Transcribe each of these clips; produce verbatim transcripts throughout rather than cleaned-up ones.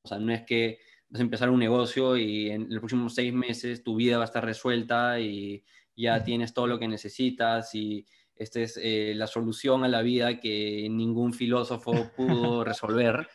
O sea, no es que vas a empezar un negocio y en los próximos seis meses tu vida va a estar resuelta y ya tienes todo lo que necesitas y esta es eh, la solución a la vida que ningún filósofo pudo resolver.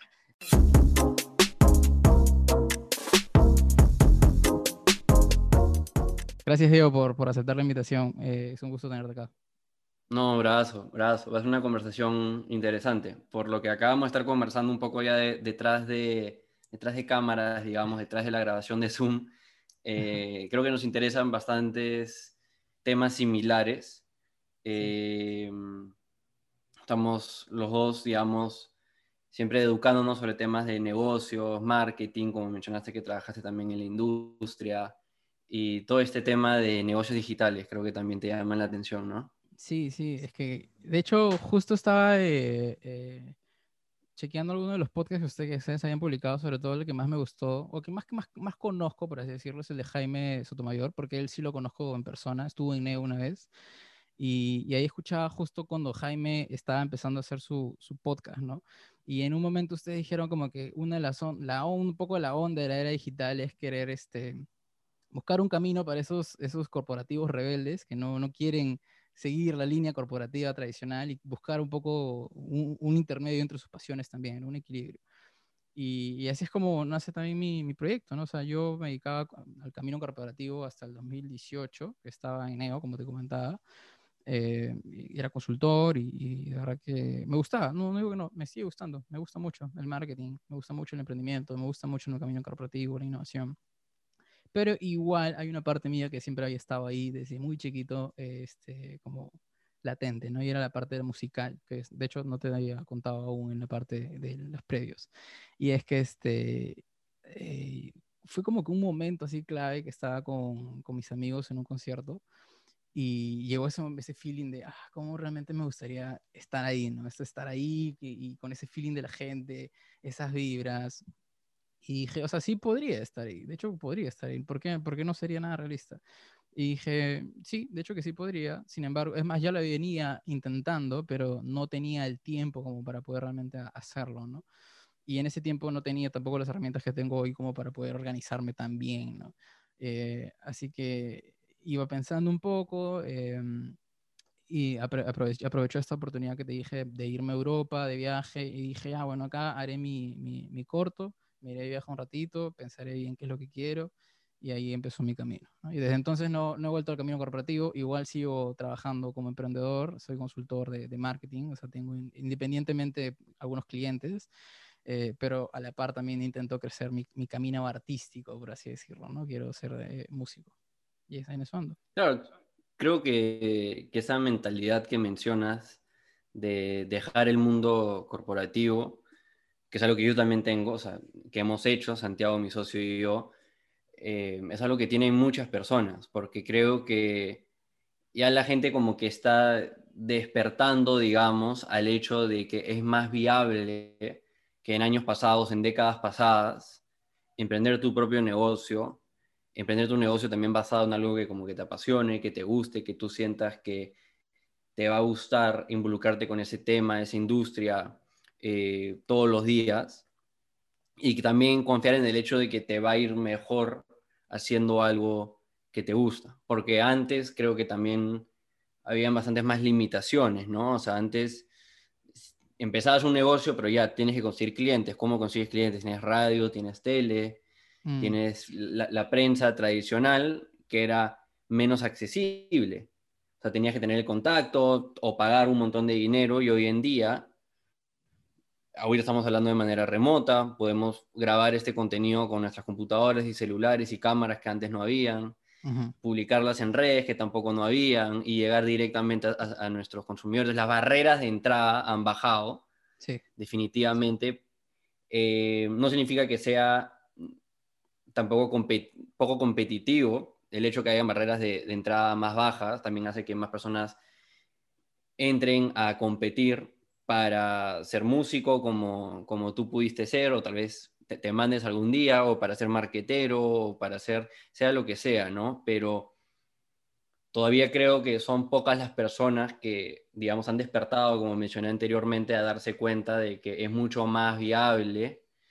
Gracias, Diego, por, por aceptar la invitación. Eh, es un gusto tenerte acá. No, brazo, brazo. Va a ser una conversación interesante. Por lo que acabamos de estar conversando un poco ya de- detrás de, detrás de cámaras, digamos, detrás de la grabación de Zoom, eh, creo que nos interesan bastantes temas similares. Sí. Eh, Estamos los dos, digamos, siempre educándonos sobre temas de negocios, marketing, como mencionaste que trabajaste también en la industria, y todo este tema de negocios digitales, creo que también te llama la atención, ¿no? Sí, sí, es que de hecho justo estaba eh, eh, chequeando algunos de los podcasts que ustedes, que ustedes habían publicado, sobre todo el que más me gustó, o que más, que más, más conozco, por así decirlo, es el de Jaime Sotomayor, porque él sí lo conozco en persona, estuvo en Neo una vez, y, y ahí escuchaba justo cuando Jaime estaba empezando a hacer su, su podcast, ¿no? Y en un momento ustedes dijeron como que una de las on- la, on- un poco la onda de la era digital es querer este, buscar un camino para esos, esos corporativos rebeldes que no, no quieren seguir la línea corporativa tradicional y buscar un poco un, un intermedio entre sus pasiones también, un equilibrio. Y, y así es como nace también mi, mi proyecto, ¿no? O sea, yo me dedicaba al camino corporativo hasta el dos mil dieciocho, que estaba en Neo, como te comentaba. Eh, y era consultor y, y de verdad que me gustaba, no, no digo que no, me sigue gustando, me gusta mucho el marketing, me gusta mucho el emprendimiento, me gusta mucho el camino corporativo, la innovación. Pero igual hay una parte mía que siempre había estado ahí desde muy chiquito, este, como latente, ¿no? Y era la parte musical, que es, de hecho no te había contado aún en la parte de los previos. Y es que este, eh, fue como que un momento así clave que estaba con, con mis amigos en un concierto y llegó ese, ese feeling de, ah, cómo realmente me gustaría estar ahí, ¿no? Esto, estar ahí y, y con ese feeling de la gente, esas vibras. Y dije, o sea, sí podría estar ahí. De hecho, podría estar ahí. ¿Por qué? Porque no sería nada realista. Y dije, sí, de hecho que sí podría. Sin embargo, es más, ya lo venía intentando, pero no tenía el tiempo como para poder realmente a- hacerlo, ¿no? Y en ese tiempo no tenía tampoco las herramientas que tengo hoy como para poder organizarme tan bien, ¿no? Eh, así que iba pensando un poco em, y apro- aprove- aprovecho esta oportunidad que te dije de irme a Europa de viaje y dije, ah, bueno, acá haré mi, mi, mi corto, me iré de viaje un ratito, pensaré bien qué es lo que quiero y ahí empezó mi camino, ¿no? Y desde entonces no, no he vuelto al camino corporativo, igual sigo trabajando como emprendedor, soy consultor de, de marketing, o sea, tengo in- independientemente algunos clientes, eh, pero a la par también intento crecer mi, mi camino artístico, por así decirlo, ¿no? Quiero ser eh, músico y es en eso ando. Claro, creo que, que esa mentalidad que mencionas de dejar el mundo corporativo, que es algo que yo también tengo, o sea, que hemos hecho, Santiago, mi socio y yo, eh, es algo que tienen muchas personas, porque creo que ya la gente como que está despertando, digamos, al hecho de que es más viable que en años pasados, en décadas pasadas, emprender tu propio negocio, emprender tu negocio también basado en algo que como que te apasione, que te guste, que tú sientas que te va a gustar involucrarte con ese tema, esa industria, eh, todos los días, y que también confiar en el hecho de que te va a ir mejor haciendo algo que te gusta, porque antes creo que también habían bastantes más limitaciones, ¿no? O sea, antes empezabas un negocio, pero ya tienes que conseguir clientes. ¿Cómo consigues clientes? Tienes radio, tienes tele, Mm, tienes la, la prensa tradicional, que era menos accesible. O sea, tenías que tener el contacto o pagar un montón de dinero y hoy en día, ahorita estamos hablando de manera remota, podemos grabar este contenido con nuestras computadoras y celulares y cámaras que antes no habían, ujú. publicarlas en redes que tampoco no habían y llegar directamente a, a, a nuestros consumidores. Las barreras de entrada han bajado Sí. definitivamente. Eh, no significa que sea tampoco compet poco competitivo. El hecho que haya barreras de, de entrada más bajas también hace que más personas entren a competir para ser músico como, como tú pudiste ser, o tal vez te, te mandes algún día, o para ser marquetero, o para ser, sea lo que sea, ¿no? Pero todavía creo que son pocas las personas que, digamos, han despertado, como mencioné anteriormente, a darse cuenta de que es mucho más viable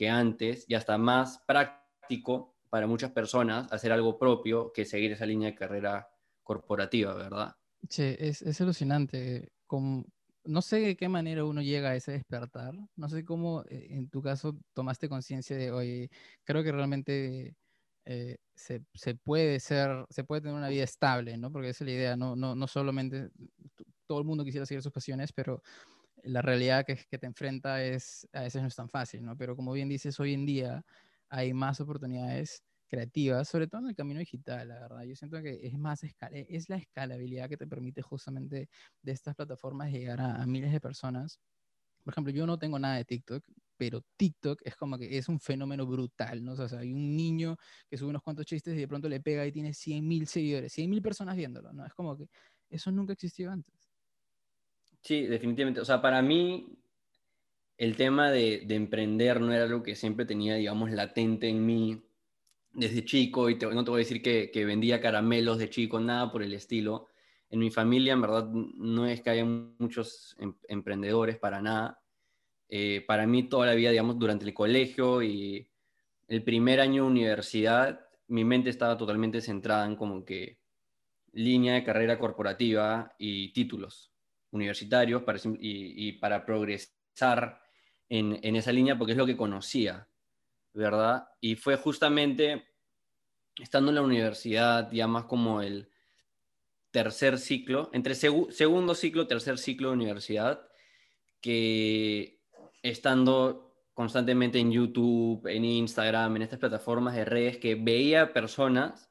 que antes y hasta más práctico para muchas personas hacer algo propio que seguir esa línea de carrera corporativa, ¿verdad? Che, es, es alucinante. Con, no sé de qué manera uno llega a ese despertar. No sé cómo eh, en tu caso tomaste conciencia de, oye, creo que realmente eh, se, se puede ser, se puede tener una vida estable, ¿no? Porque esa es la idea, no, no, no solamente t- todo el mundo quisiera seguir sus pasiones, pero la realidad que, que te enfrenta es, a veces no es tan fácil, ¿no? Pero como bien dices, hoy en día hay más oportunidades creativas, sobre todo en el camino digital, la verdad. Yo siento que es más escala, es la escalabilidad que te permite justamente de estas plataformas llegar a, a miles de personas. Por ejemplo, yo no tengo nada de TikTok, pero TikTok es como que es un fenómeno brutal, ¿no? O sea, hay un niño que sube unos cuantos chistes y de pronto le pega y tiene cien mil seguidores, cien mil personas viéndolo, ¿no? Es como que eso nunca existió antes. Sí, definitivamente. O sea, para mí el tema de, de emprender no era algo que siempre tenía, digamos, latente en mí desde chico, y te- no te voy a decir que, que vendía caramelos de chico, nada por el estilo. En mi familia, en verdad, no es que haya muchos em- emprendedores para nada. Eh, para mí, toda la vida, digamos, durante el colegio y el primer año de universidad, mi mente estaba totalmente centrada en como que línea de carrera corporativa y títulos universitarios para, y, y para progresar en, en esa línea porque es lo que conocía, ¿verdad? Y fue justamente estando en la universidad, ya más como el tercer ciclo, entre segu segundo ciclo, tercer ciclo de universidad, que estando constantemente en YouTube, en Instagram, en estas plataformas de redes, que veía personas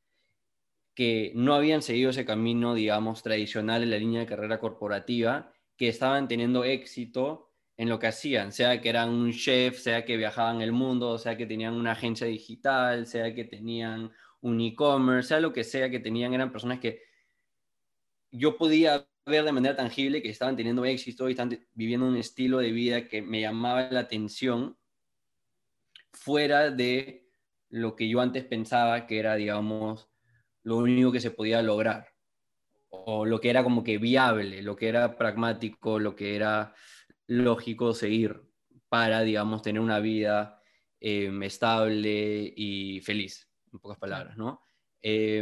que no habían seguido ese camino, digamos, tradicional en la línea de carrera corporativa, que estaban teniendo éxito en lo que hacían, sea que eran un chef, sea que viajaban el mundo, sea que tenían una agencia digital, sea que tenían un e-commerce, sea lo que sea que tenían, eran personas que yo podía ver de manera tangible que estaban teniendo éxito y estaban viviendo un estilo de vida que me llamaba la atención fuera de lo que yo antes pensaba que era, digamos, lo único que se podía lograr, o lo que era como que viable, lo que era pragmático, lo que era lógico seguir para, digamos, tener una vida eh, estable y feliz, en pocas Claro. palabras, ¿no? Eh,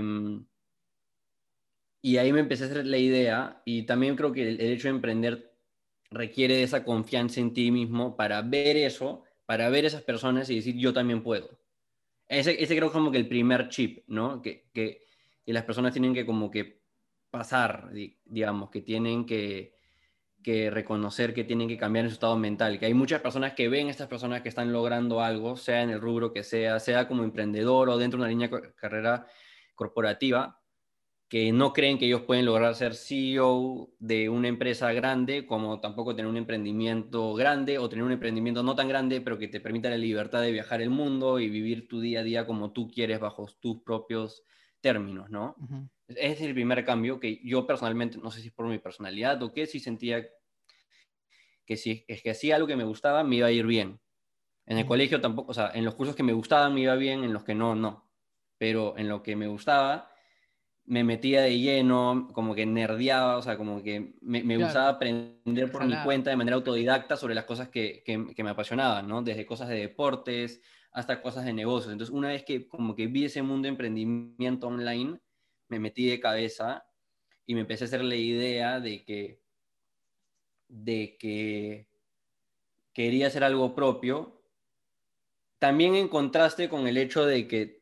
y ahí me empecé a hacer la idea, y también creo que el, el hecho de emprender requiere de esa confianza en ti mismo para ver eso, para ver esas personas y decir, yo también puedo. Ese, ese creo que es como que el primer chip, ¿no? Que, que, que las personas tienen que como que pasar, di- digamos, que tienen que, que reconocer que tienen que cambiar en su estado mental, que hay muchas personas que ven a estas personas que están logrando algo, sea en el rubro que sea, sea como emprendedor o dentro de una línea de carrera corporativa, que no creen que ellos pueden lograr ser C E O de una empresa grande, como tampoco tener un emprendimiento grande o tener un emprendimiento no tan grande, pero que te permita la libertad de viajar el mundo y vivir tu día a día como tú quieres bajo tus propios términos, ¿no? Ujú. Ese es el primer cambio que yo personalmente, no sé si es por mi personalidad o qué, si sentía que si es que hacía algo que me gustaba, me iba a ir bien. En el Ujú. colegio tampoco, o sea, en los cursos que me gustaban me iba bien, en los que no, no. Pero en lo que me gustaba me metía de lleno, como que nerdeaba, o sea, como que me, me gustaba Claro, aprender por mi jalaba. cuenta de manera autodidacta sobre las cosas que, que, que me apasionaban, ¿no? Desde cosas de deportes hasta cosas de negocios. Entonces, una vez que como que vi ese mundo de emprendimiento online, me metí de cabeza y me empecé a hacer la idea de que, de que quería hacer algo propio. También en contraste con el hecho de que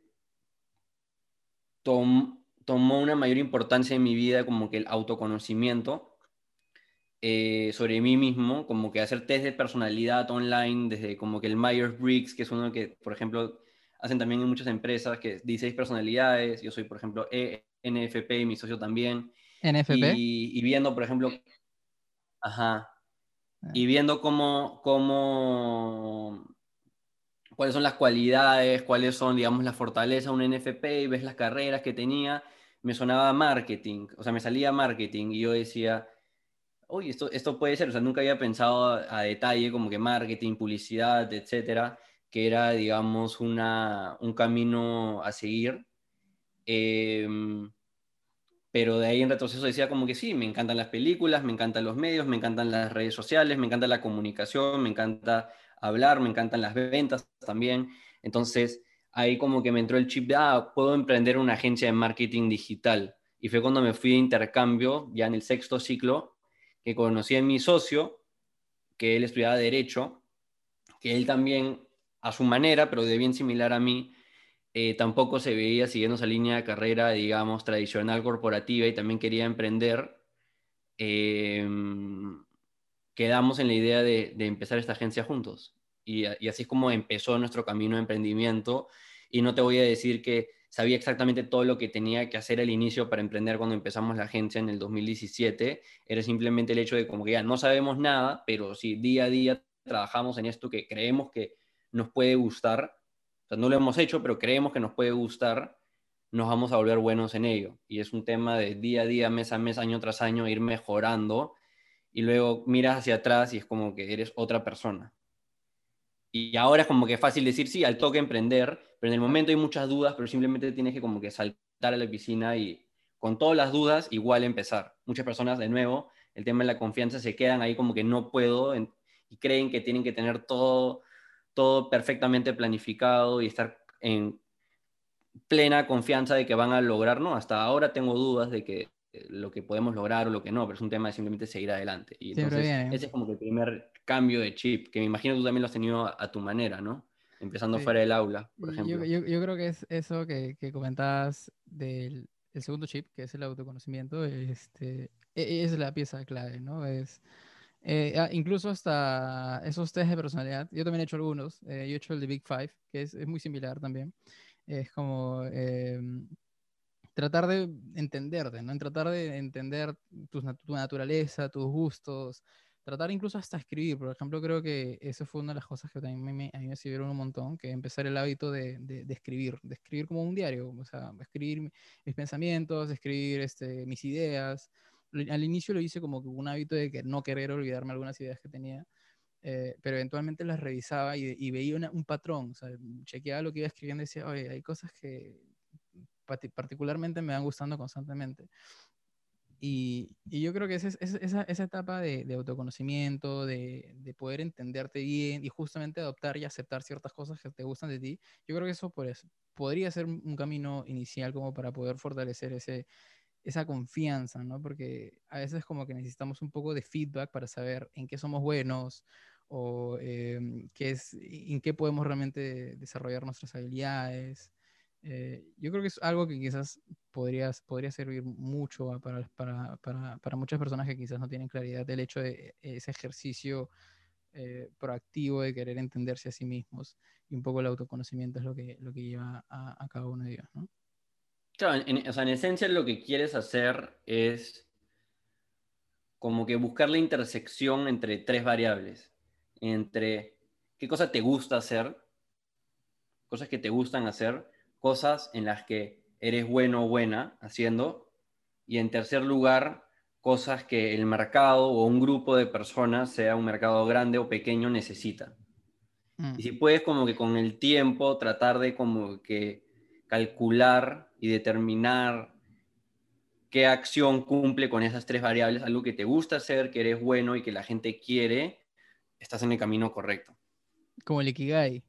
tom, tomó una mayor importancia en mi vida como que el autoconocimiento eh, sobre mí mismo, como que hacer test de personalidad online, desde como que el Myers-Briggs, que es uno que, por ejemplo, hacen también en muchas empresas, que es dieciséis personalidades, yo soy, por ejemplo, E N F P y mi socio también, N F P. y, y viendo, por ejemplo, ajá, Ah, y viendo cómo, cómo, cuáles son las cualidades, cuáles son, digamos, las fortalezas de un N F P, y ves las carreras que tenía, me sonaba marketing, o sea, me salía marketing, y yo decía, oye, esto, esto puede ser, o sea, nunca había pensado a, a detalle como que marketing, publicidad, etcétera, que era, digamos, una, un camino a seguir. Eh, pero de ahí en retroceso decía como que sí, me encantan las películas, me encantan los medios, me encantan las redes sociales, me encanta la comunicación, me encanta hablar, me encantan las ventas también. Entonces, ahí como que me entró el chip de, ah, puedo emprender una agencia de marketing digital. Y fue cuando me fui de intercambio, ya en el sexto ciclo, que conocí a mi socio, que él estudiaba Derecho, que él también, a su manera, pero de bien similar a mí, eh, tampoco se veía siguiendo esa línea de carrera, digamos, tradicional corporativa y también quería emprender. Eh, Quedamos en la idea de, de empezar esta agencia juntos. Y, y así es como empezó nuestro camino de emprendimiento. Y no te voy a decir que sabía exactamente todo lo que tenía que hacer al inicio para emprender cuando empezamos la agencia en el dos mil diecisiete. Era simplemente el hecho de como que ya no sabemos nada, pero si día a día trabajamos en esto que creemos que nos puede gustar, o sea, no lo hemos hecho, pero creemos que nos puede gustar, nos vamos a volver buenos en ello. Y es un tema de día a día, mes a mes, año tras año, ir mejorando y luego miras hacia atrás y es como que eres otra persona. Y ahora es como que es fácil decir, sí, al toque emprender, pero en el momento hay muchas dudas, pero simplemente tienes que como que saltar a la piscina y con todas las dudas igual empezar. Muchas personas, de nuevo, el tema de la confianza se quedan ahí como que no puedo en, y creen que tienen que tener todo, todo perfectamente planificado y estar en plena confianza de que van a lograr, no, hasta ahora tengo dudas de que eh, lo que podemos lograr o lo que no, pero es un tema de simplemente seguir adelante. Y Siempre entonces viene. ese es como que el primer cambio de chip, que me imagino tú también lo has tenido a, a tu manera, ¿no? Empezando Sí. fuera del aula, por Y Yo, ejemplo. yo, yo creo que es eso que, que comentabas del el segundo chip, que es el autoconocimiento, este, e- e- es la pieza clave, ¿no? Es, eh, ah, incluso hasta esos test de personalidad, yo también he hecho algunos, eh, yo he hecho el de Big Five, que es, es muy similar también. Es como em, tratar de entenderte, ¿no? En tratar de entender tus nat- tu naturaleza, tus gustos, tratar incluso hasta escribir. Por ejemplo, creo que eso fue una de las cosas que también me, me- a mí me sirvieron un montón, que empezar el hábito de, de- de escribir, de escribir como un diario, o sea, escribir mi- mis pensamientos, escribir este, mis ideas. L- Al inicio lo hice como que un hábito de que no querer olvidarme algunas ideas que tenía, eh, pero eventualmente las revisaba y, y veía una- un patrón, o sea, chequeaba lo que iba escribiendo y decía, oye, hay cosas que pati- particularmente me van gustando constantemente. Y, y yo creo que esa, es- esa, esa- esa etapa de, de autoconocimiento, de, de poder entenderte bien y justamente adoptar y aceptar ciertas cosas que te gustan de ti, yo creo que eso por eso, podría ser un un camino inicial como para poder fortalecer ese, esa confianza, ¿no? Porque a veces como que necesitamos un poco de feedback para saber en qué somos buenos o eh, qué es, en qué podemos realmente desarrollar nuestras habilidades. Eh, yo creo que es algo que quizás podría, podría servir mucho a- para, para, para, para muchas personas que quizás no tienen claridad del hecho de ese ejercicio eh, proactivo de querer entenderse a sí mismos y un poco el autoconocimiento es lo que, lo que lleva a, a cada uno de ellos, ¿no? Claro, en, o sea, en esencia lo que quieres hacer es como que buscar la intersección entre tres variables, entre qué cosa te gusta hacer, cosas que te gustan hacer, cosas en las que eres bueno o buena haciendo, y en tercer lugar, cosas que el mercado o un grupo de personas, sea un mercado grande o pequeño, necesita. Mm. Y si puedes como que con el tiempo tratar de como que calcular y determinar qué acción cumple con esas tres variables, algo que te gusta hacer, que eres bueno y que la gente quiere, estás en el camino correcto. Como el Ikigai.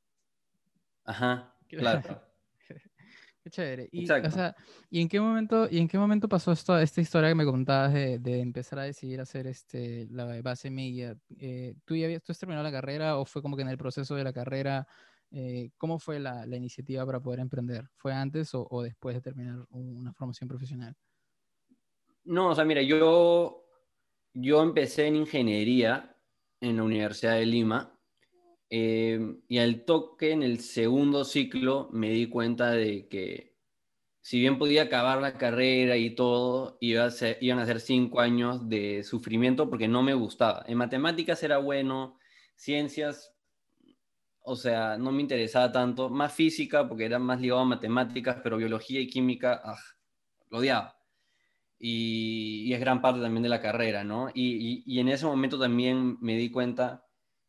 Ajá, claro, Qué chévere. Y, o exacto. sea, ¿y en qué momento, y en qué momento pasó esto, esta historia que me contabas de, de empezar a decidir hacer este, la base media? Eh, ¿tú ya habías, tú has terminado la carrera o fue como que en el proceso de la carrera? Eh, ¿cómo fue la, la iniciativa para poder emprender? ¿Fue antes o, o después de terminar un- una formación profesional? No, o sea, mira, yo, yo empecé en ingeniería en la Universidad de Lima, eh, y al toque en el segundo ciclo me di cuenta de que si bien podía acabar la carrera y todo, iba a ser- iban a ser cinco años de sufrimiento porque no me gustaba. En matemáticas era bueno, ciencias, o sea, no me interesaba tanto, más física porque era más ligado a matemáticas, pero biología y química, ah, lo odiaba. Y, y es gran parte también de la carrera, ¿no? Y, y, y en ese momento también me di cuenta,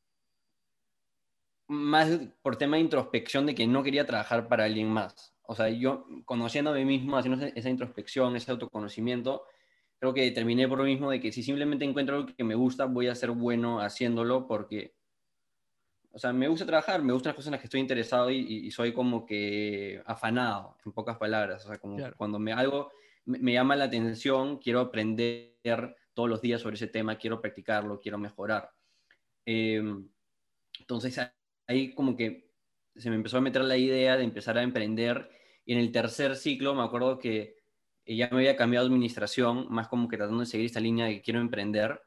más por tema de introspección, de que no quería trabajar para alguien más. O sea, yo conociendo a mí mismo, haciendo esa introspección, ese autoconocimiento, creo que determiné por lo mismo de que si simplemente encuentro algo que me gusta, voy a ser bueno haciéndolo porque, o sea, me gusta trabajar, me gustan las cosas en las que estoy interesado y, y soy como que afanado, en pocas palabras. O sea, como que Claro. cuando me, algo me, me llama la atención, quiero aprender todos los días sobre ese tema, quiero practicarlo, quiero mejorar. Eh, entonces ahí como que se me empezó a meter la idea de empezar a emprender y en el tercer ciclo me acuerdo que ya me había cambiado de administración, más como que tratando de seguir esta línea de que quiero emprender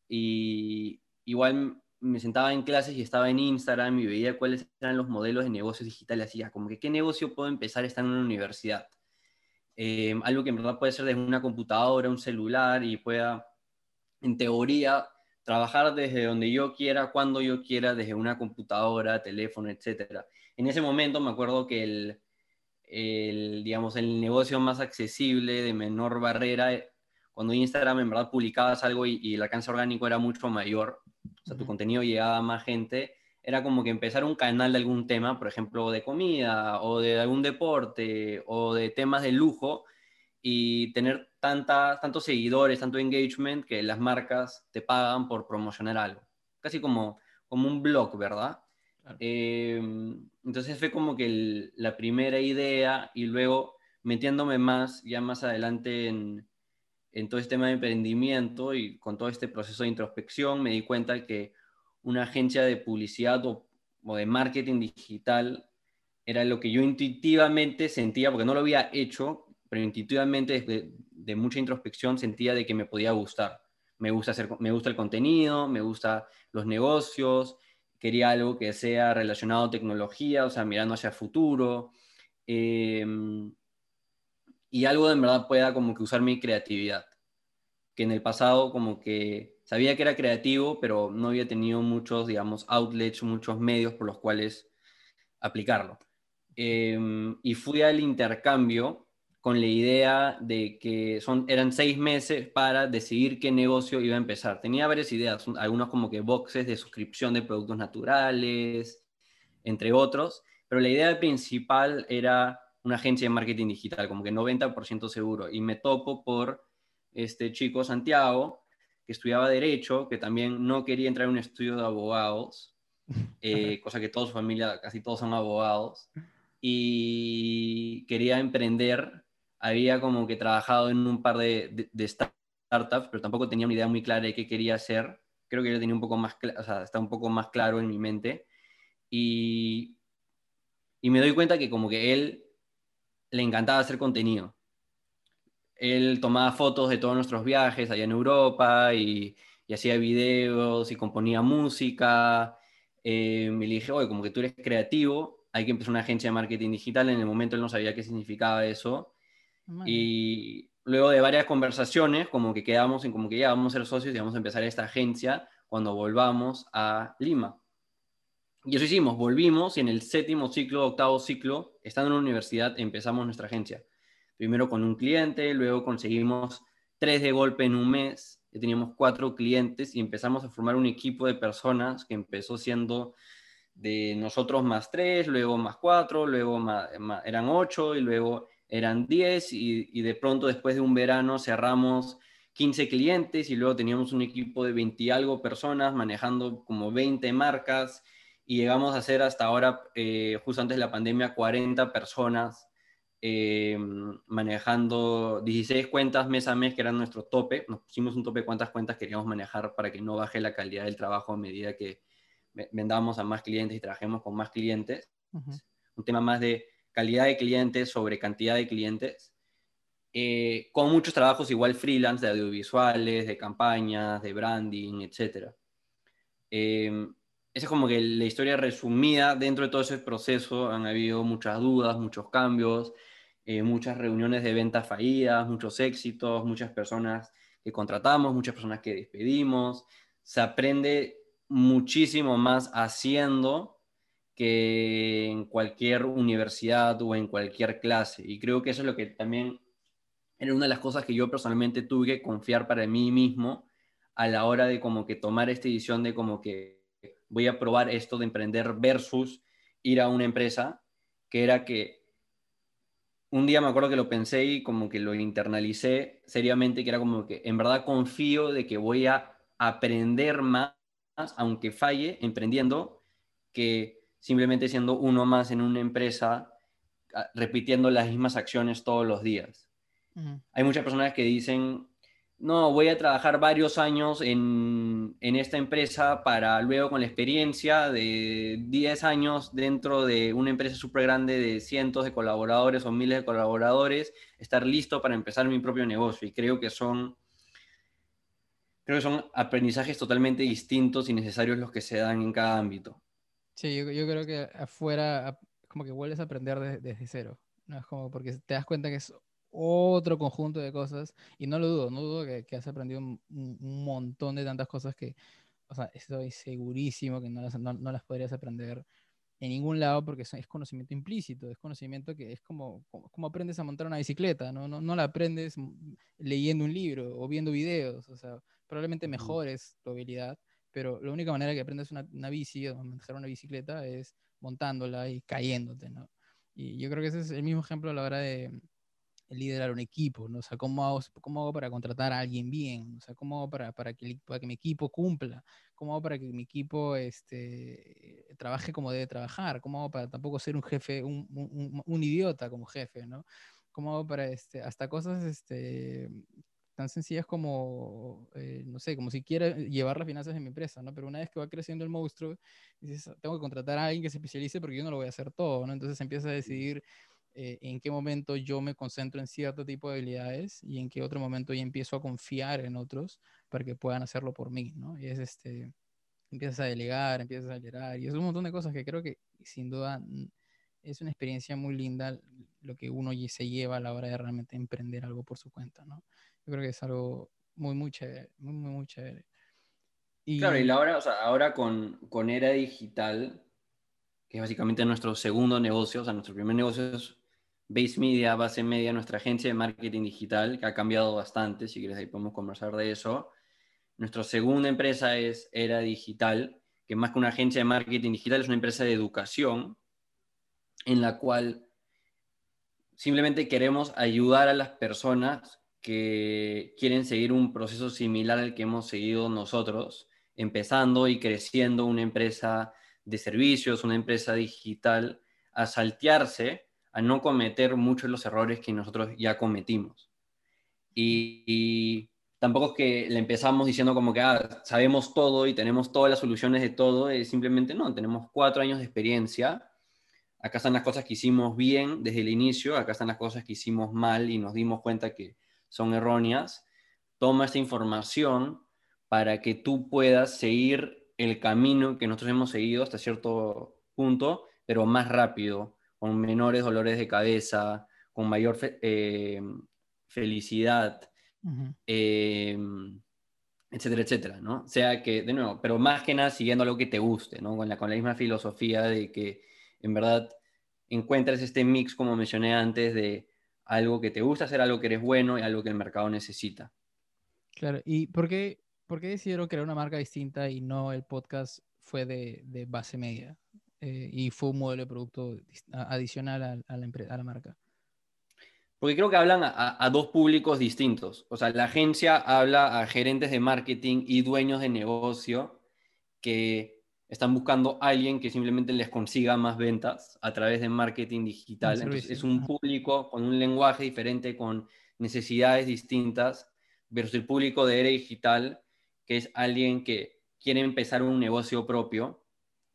y igual me sentaba en clases y estaba en Instagram y veía cuáles eran los modelos de negocios digitales, así ya, como que qué negocio puedo empezar estando en una universidad. Eh, algo que en verdad puede ser desde una computadora, un celular y pueda en teoría, trabajar desde donde yo quiera, cuando yo quiera, desde una computadora, teléfono, etcétera. En ese momento me acuerdo que el, el, digamos, el negocio más accesible, de menor barrera, eh, cuando Instagram en verdad publicabas algo y, y el alcance orgánico era mucho mayor, o sea, tu Ujú. contenido llegaba a más gente, era como que empezar un canal de algún tema, por ejemplo, de comida, o de algún deporte, o de temas de lujo, y tener tanta, tantos seguidores, tanto engagement, que las marcas te pagan por promocionar algo. Casi como, como un blog, ¿verdad? Claro. Eh, entonces fue como que el, la primera idea y luego metiéndome más, ya más adelante en, en todo este tema de emprendimiento y con todo este proceso de introspección, me di cuenta que una agencia de publicidad o, o de marketing digital era lo que yo intuitivamente sentía, porque no lo había hecho, pero intuitivamente desde de mucha introspección sentía de que me podía gustar. Me gusta, hacer, me gusta el contenido, me gusta los negocios, quería algo que sea relacionado a tecnología, o sea, mirando hacia el futuro, eh, y algo de en verdad pueda como que usar mi creatividad, que en el pasado como que sabía que era creativo, pero no había tenido muchos, digamos, outlets, muchos medios por los cuales aplicarlo. Eh, y fui al intercambio con la idea de que son, eran seis meses para decidir qué negocio iba a empezar. Tenía varias ideas, algunos como que boxes de suscripción de productos naturales, entre otros, pero la idea principal era una agencia de marketing digital, como que noventa por ciento seguro. Y me topo por este chico Santiago, que estudiaba Derecho, que también no quería entrar en un estudio de abogados, eh, cosa que toda su familia, casi todos son abogados, y quería emprender. Había como que trabajado en un par de, de, de startups, pero tampoco tenía una idea muy clara de qué quería hacer. Creo que yo tenía un poco más, o sea, está un poco más claro en mi mente. Y, y me doy cuenta que como que él le encantaba hacer contenido. Él tomaba fotos de todos nuestros viajes allá en Europa y, y hacía videos y componía música. Eh, me le dije, oye, como que tú eres creativo, hay que empezar una agencia de marketing digital. En el momento él no sabía qué significaba eso. Man, Y luego de varias conversaciones, como que quedamos en como que ya vamos a ser socios y vamos a empezar esta agencia cuando volvamos a Lima. Y eso hicimos, volvimos y en el séptimo ciclo, octavo ciclo, estando en la universidad, empezamos nuestra agencia. Primero con un cliente, luego conseguimos tres de golpe en un mes, ya teníamos cuatro clientes y empezamos a formar un equipo de personas que empezó siendo de nosotros más tres, luego más cuatro, luego más, más, eran ocho y luego eran diez y, y de pronto después de un verano cerramos quince clientes y luego teníamos un equipo de veinte y algo personas manejando como veinte marcas y llegamos a ser hasta ahora, eh, justo antes de la pandemia, cuarenta personas eh, manejando dieciséis cuentas mes a mes, que era nuestro tope. Nos pusimos un tope de cuántas cuentas queríamos manejar para que no baje la calidad del trabajo a medida que vendamos a más clientes y trabajemos con más clientes. ujú. Un tema más de calidad de clientes sobre cantidad de clientes. Eh, con muchos trabajos igual freelance de audiovisuales, de campañas, de branding, etcétera. Eh, esa es como que la historia resumida. Dentro de todo ese proceso han habido muchas dudas, muchos cambios, eh, muchas reuniones de ventas fallidas, muchos éxitos, muchas personas que contratamos, muchas personas que despedimos. Se aprende muchísimo más haciendo que en cualquier universidad o en cualquier clase. Y creo que eso es lo que también era una de las cosas que yo personalmente tuve que confiar para mí mismo a la hora de como que tomar esta decisión de como que voy a probar esto de emprender versus ir a una empresa, que era que un día me acuerdo que lo pensé y como que lo internalicé seriamente, que era como que en verdad confío de que voy a aprender más, aunque falle emprendiendo, que simplemente siendo uno más en una empresa, repitiendo las mismas acciones todos los días. Uh-huh. Hay muchas personas que dicen, no, voy a trabajar varios años en, en esta empresa para luego con la experiencia de diez años dentro de una empresa súper grande de cientos de colaboradores o miles de colaboradores, estar listo para empezar mi propio negocio. Y creo que son, creo que son aprendizajes totalmente distintos y necesarios los que se dan en cada ámbito. Sí, yo, yo creo que afuera a- como que vuelves a aprender de- desde cero, ¿no? Es como porque te das cuenta que es otro conjunto de cosas y no lo dudo, no dudo que, que has aprendido un, un- un montón de tantas cosas que, o sea, estoy segurísimo que no las, no, no las podrías aprender en ningún lado porque es, es conocimiento implícito, es conocimiento que es como, como, como aprendes a montar una bicicleta, ¿no? No, no la aprendes mm, leyendo un libro o viendo videos, o sea, probablemente Ujú. mejores tu habilidad, pero la única manera que aprendes una, una bici o manejar una bicicleta es montándola y cayéndote, ¿no? Y yo creo que ese es el mismo ejemplo a la hora de liderar un equipo, ¿no? O sea, ¿cómo hago, cómo hago para contratar a alguien bien? O sea, ¿cómo hago para, para, que, para que mi equipo cumpla? ¿Cómo hago para que mi equipo este, trabaje como debe trabajar? ¿Cómo hago para tampoco ser un jefe, un, un, un idiota como jefe, ¿no? ¿Cómo hago para, este, hasta cosas este, tan sencillas como, eh, no sé, como si quiera llevar las finanzas de mi empresa, ¿no? Pero una vez que va creciendo el monstruo, dices, tengo que contratar a alguien que se especialice porque yo no lo voy a hacer todo, ¿no? Entonces empieza a decidir eh, en qué momento yo me concentro en cierto tipo de habilidades y en qué otro momento ya empiezo a confiar en otros para que puedan hacerlo por mí, ¿no? Y es este, empiezas a delegar, empiezas a liderar y es un montón de cosas que creo que sin duda mm, es una experiencia muy linda lo que uno se lleva a la hora de realmente emprender algo por su cuenta, ¿no? Yo creo que es algo muy, muy chévere, muy, muy, muy chévere. Claro, y Y la ahora, o sea, ahora con, con Era Digital, que es básicamente nuestro segundo negocio, o sea, nuestro primer negocio es Base Media, Base Media, nuestra agencia de marketing digital, que ha cambiado bastante, si quieres ahí podemos conversar de eso. Nuestra segunda empresa es Era Digital, que más que una agencia de marketing digital es una empresa de educación en la cual simplemente queremos ayudar a las personas que quieren seguir un proceso similar al que hemos seguido nosotros, empezando y creciendo una empresa de servicios, una empresa digital, a saltearse, a no cometer muchos de los errores que nosotros ya cometimos. Y, y tampoco es que le empezamos diciendo como que ah, sabemos todo y tenemos todas las soluciones de todo, es simplemente no, tenemos cuatro años de experiencia. Acá están las cosas que hicimos bien desde el inicio, acá están las cosas que hicimos mal y nos dimos cuenta que son erróneas. Toma esta información para que tú puedas seguir el camino que nosotros hemos seguido hasta cierto punto, pero más rápido, con menores dolores de cabeza, con mayor fe eh, felicidad, uh-huh. eh, etcétera, etcétera, ¿no? O sea que, de nuevo, pero más que nada siguiendo algo que te guste, ¿no? Con la, con la misma filosofía de que en verdad encuentres este mix, como mencioné antes, de algo que te gusta, hacer algo que eres bueno y algo que el mercado necesita. Claro, ¿y por qué, por qué decidieron crear una marca distinta y no el podcast fue de, de base media eh, y fue un modelo de producto dis- a- adicional a, a la, empre- a la marca? Porque creo que hablan a, a dos públicos distintos. O sea, la agencia habla a gerentes de marketing y dueños de negocio que están buscando a alguien que simplemente les consiga más ventas a través de marketing Un digital. Entonces es servicio. un Ajá. público con un lenguaje diferente, con necesidades distintas, versus el público de era digital, que es alguien que quiere empezar un negocio propio,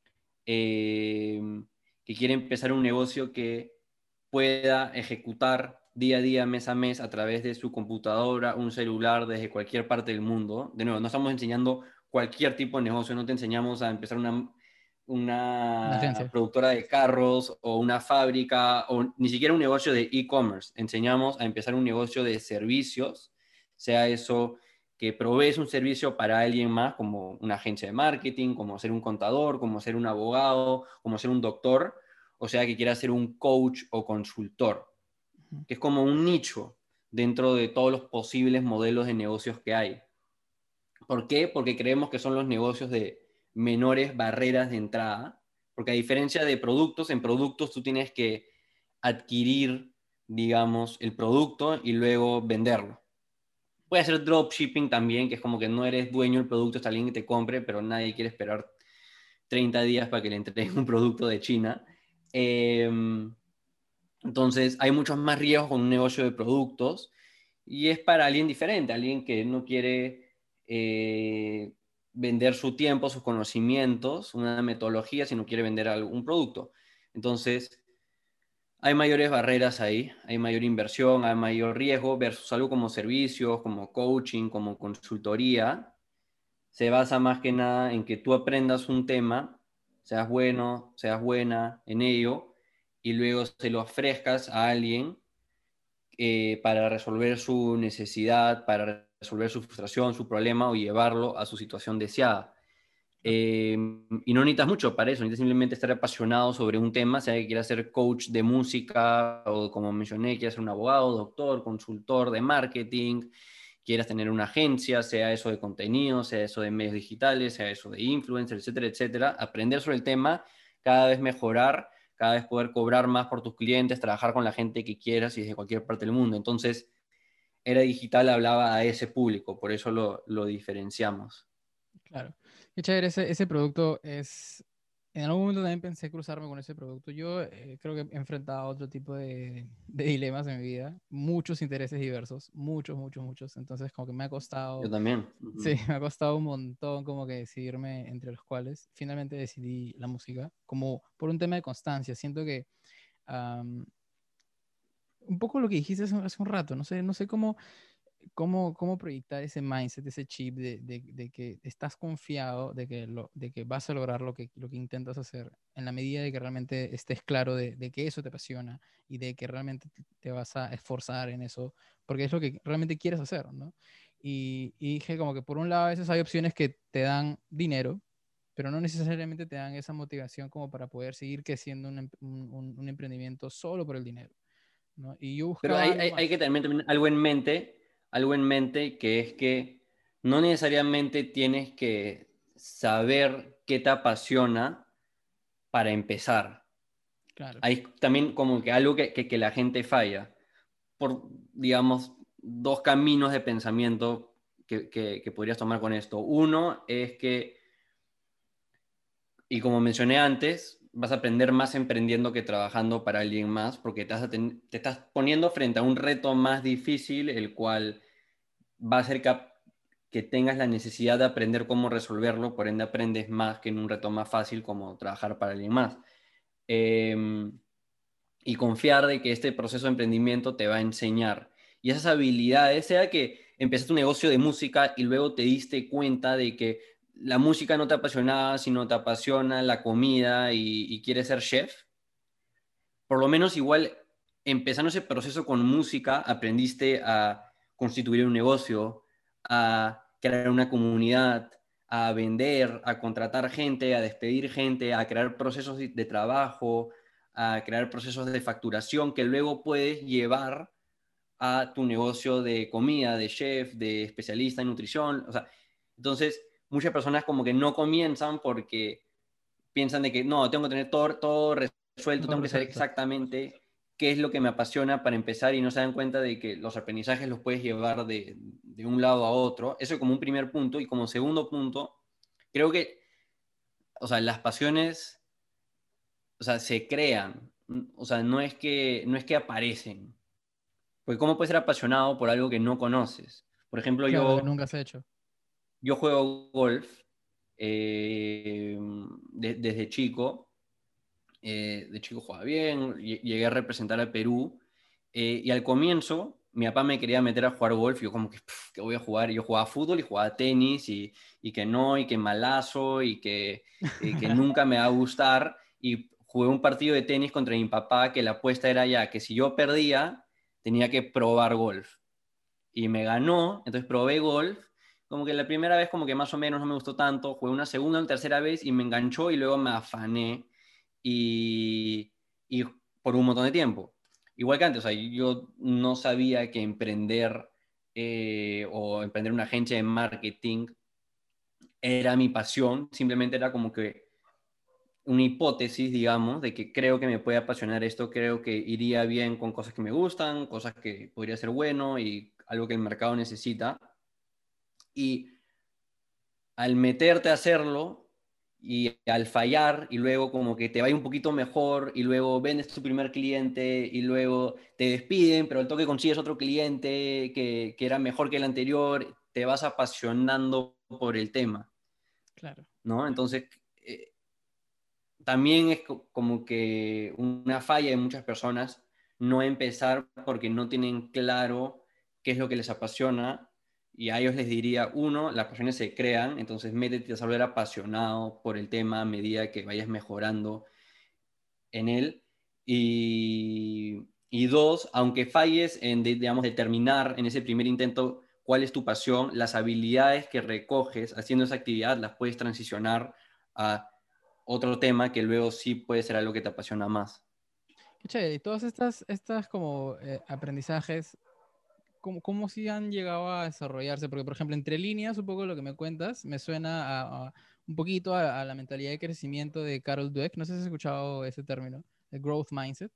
eh, que quiere empezar un negocio que pueda ejecutar día a día, mes a mes, a través de su computadora, un celular, desde cualquier parte del mundo. De nuevo, no estamos enseñando cualquier tipo de negocio, no te enseñamos a empezar una, Una una agencia. productora de carros o una fábrica o ni siquiera un negocio de e-commerce. Enseñamos a empezar un negocio de servicios, sea eso que provees un servicio para alguien más, como una agencia de marketing, como ser un contador, como ser un abogado, como ser un doctor, o sea que quiera ser un coach o consultor, Ujú. que es como un nicho dentro de todos los posibles modelos de negocios que hay. ¿Por qué? Porque creemos que son los negocios de menores barreras de entrada, porque a diferencia de productos, en productos tú tienes que adquirir, digamos, el producto y luego venderlo. Puede ser dropshipping también, que es como que no eres dueño del producto, está alguien que te compre, pero nadie quiere esperar treinta días para que le entreguen un producto de China. Eh, entonces, hay muchos más riesgos con un negocio de productos y es para alguien diferente, alguien que no quiere eh, vender su tiempo, sus conocimientos, una metodología, sino quiere vender algún producto. Entonces, hay mayores barreras ahí, hay mayor inversión, hay mayor riesgo versus algo como servicios, como coaching, como consultoría. Se basa más que nada en que tú aprendas un tema, seas bueno, seas buena en ello, y luego se lo ofrezcas a alguien eh, para resolver su necesidad, para resolver su frustración, su problema o llevarlo a su situación deseada. Eh, y no necesitas mucho para eso, necesitas simplemente estar apasionado sobre un tema, sea que quieras ser coach de música o como mencioné, quieras ser un abogado, doctor, consultor de marketing, quieras tener una agencia, sea eso de contenido, sea eso de medios digitales, sea eso de influencer, etcétera, etcétera. Aprender sobre el tema, cada vez mejorar, cada vez poder cobrar más por tus clientes, trabajar con la gente que quieras y desde cualquier parte del mundo. Entonces, Era Digital hablaba a ese público, por eso lo, lo diferenciamos. Claro. Qué chévere, ese, ese producto es... En algún momento también pensé cruzarme con ese producto. Yo eh, creo que he enfrentado otro tipo de, de dilemas en mi vida, muchos intereses diversos, muchos, muchos, muchos. Entonces, como que me ha Yo costado, también. sí, Uh-huh. me ha costado un montón como que decidirme entre los cuales. Finalmente decidí la música, como por un tema de constancia. Siento que am, un poco lo que dijiste hace, hace un rato, no sé, no sé cómo cómo, cómo proyectar ese mindset, ese chip de, de, de que estás confiado de que, lo, de que vas a lograr lo que, lo que intentas hacer en la medida de que realmente estés claro de, de que eso te apasiona y de que realmente te te vas a esforzar en eso, porque es lo que realmente quieres hacer, ¿no? Y, y dije como que por un lado a veces hay opciones que te dan dinero, pero no necesariamente te dan esa motivación como para poder seguir creciendo un, em- un, un- un emprendimiento solo por el dinero, ¿no? Y yo Pero buscaba hay, algo hay, hay que más. tener también algo en mente, algo en mente que es que no necesariamente tienes que saber qué te apasiona para empezar. Claro, Hay también como que algo que, que, que la gente falla por, digamos, dos caminos de pensamiento que, que, que podrías tomar con esto. Uno es que, y como mencioné antes, vas a aprender más emprendiendo que trabajando para alguien más, porque te, vas a ten- te estás poniendo frente a un reto más difícil, el cual va a hacer que, que tengas la necesidad de aprender cómo resolverlo, por ende aprendes más que en un reto más fácil como trabajar para alguien más. Eh, y confiar de que este proceso de emprendimiento te va a enseñar. Y esas habilidades, sea que empezaste un negocio de música y luego te diste cuenta de que la música no te apasionaba, sino te apasiona la comida y, y quieres ser chef, por lo menos igual empezando ese proceso con música, aprendiste a constituir un negocio, a crear una comunidad, a vender, a contratar gente, a despedir gente, a crear procesos de, de trabajo, a crear procesos de facturación que luego puedes llevar a tu negocio de comida, de chef, de especialista en nutrición. O sea, entonces, muchas personas como que no comienzan porque piensan de que no, tengo que tener todo, todo resuelto, todo tengo que saber resuelto. exactamente qué es lo que me apasiona para empezar y no se dan cuenta de que los aprendizajes los puedes llevar de, de un lado a otro. Eso como un primer punto. Y como segundo punto, creo que, o sea, las pasiones, o sea, se crean. O sea, no es que, no es que aparecen. Porque ¿cómo puedes ser apasionado por algo que no conoces? Por ejemplo, Claro, que yo, nunca has hecho. yo juego golf eh, de- desde chico. Eh, de chico jugaba bien, llegué a representar a Perú eh, y al comienzo mi papá me quería meter a jugar golf y yo como que, pff, ¿qué voy a jugar? Y yo jugaba fútbol y jugaba tenis y, y que no, y que malazo y que, eh, que nunca me va a gustar y jugué un partido de tenis contra mi papá que la apuesta era ya que si yo perdía tenía que probar golf y me ganó, entonces probé golf. Como que la primera vez como que más o menos no me gustó tanto, jugué una segunda, una tercera vez y me enganchó y luego me afané y, y por un montón de tiempo. Igual que antes, o sea, yo no sabía que emprender eh, o emprender una agencia de marketing era mi pasión, simplemente era como que una hipótesis, digamos, de que creo que me puede apasionar esto, creo que iría bien con cosas que me gustan, cosas que podría ser bueno y algo que el mercado necesita. Y al meterte a hacerlo y al fallar y luego como que te va un poquito mejor y luego vendes tu primer cliente y luego te despiden, pero al toque consigues otro cliente que, que era mejor que el anterior, te vas apasionando por el tema, Claro. ¿no? Entonces, eh, también es co- como que una falla de muchas personas no empezar porque no tienen claro qué es lo que les apasiona. Y a ellos les diría, uno, las pasiones se crean, entonces métete a volver apasionado por el tema a medida que vayas mejorando en él. Y, y dos, aunque falles en, de- digamos, determinar en ese primer intento cuál es tu pasión, las habilidades que recoges haciendo esa actividad las puedes transicionar a otro tema que luego sí puede ser algo que te apasiona más. Qué chévere. Y todas estas, estas como eh, aprendizajes, ¿cómo, cómo sí han llegado a desarrollarse? Porque, por ejemplo, entre líneas, un poco lo que me cuentas, me suena a, a- un poquito a, a la mentalidad de crecimiento de Carol Dweck. No sé si has escuchado ese término, el growth mindset.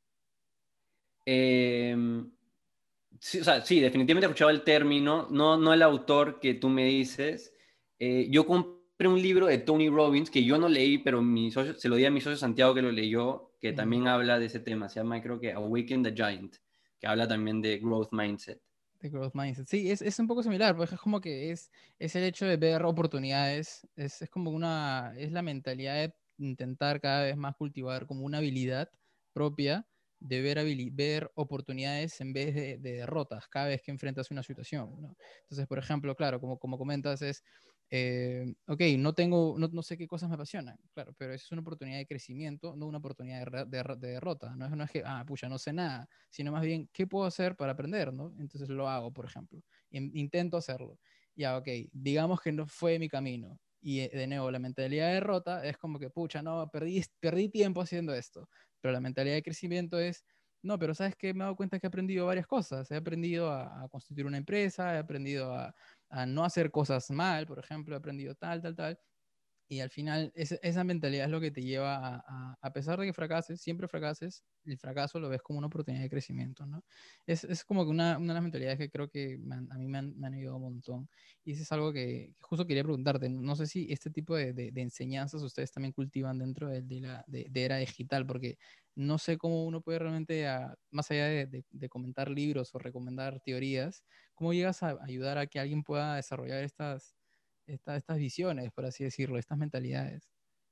Eh, sí, o sea, sí, definitivamente he escuchado el término, no, no el autor que tú me dices. Eh, yo compré un libro de Tony Robbins que yo no leí, pero mi socio, se lo di a mi socio Santiago que lo leyó, que Ujú. también habla de ese tema. Se llama, creo que Awaken the Giant, que habla también de growth mindset. De growth mindset. Sí, es, es un poco similar, porque es como que es, es el hecho de ver oportunidades, es, es como una, es la mentalidad de intentar cada vez más cultivar como una habilidad propia de ver, habili- ver oportunidades en vez de, de derrotas cada vez que enfrentas una situación, ¿no? Entonces, por ejemplo, claro, como, como comentas, es, eh, ok, no tengo, no, no sé qué cosas me apasionan, claro, pero esa es una oportunidad de crecimiento, no una oportunidad de, re- de, de derrota, ¿no? Es, no es que, ah, pucha, no sé nada, sino más bien, ¿qué puedo hacer para aprender, ¿no? Entonces lo hago, por ejemplo. In- intento hacerlo. Ya, ok, digamos que no fue mi camino. Y eh, de nuevo, la mentalidad de derrota es como que, pucha, no, perdí, perdí tiempo haciendo esto. Pero la mentalidad de crecimiento es, no, pero ¿sabes qué? Me he dado cuenta que he aprendido varias cosas. He aprendido a, a constituir una empresa, he aprendido a, a no hacer cosas mal, por ejemplo, he aprendido tal, tal, tal. Y al final, esa, esa mentalidad es lo que te lleva a, a, a pesar de que fracases, siempre fracases, el fracaso lo ves como una oportunidad de crecimiento, ¿no? Es, es como que una, una de las mentalidades que creo que me han- a mí me han, me han ayudado un montón. Y eso es algo que, que justo quería preguntarte. No sé si este tipo de, de, de enseñanzas ustedes también cultivan dentro de, de la de, de era digital, porque no sé cómo uno puede realmente, a- más allá de, de, de comentar libros o recomendar teorías, cómo llegas a ayudar a que alguien pueda desarrollar estas esta- estas visiones, por así decirlo, estas mentalidades.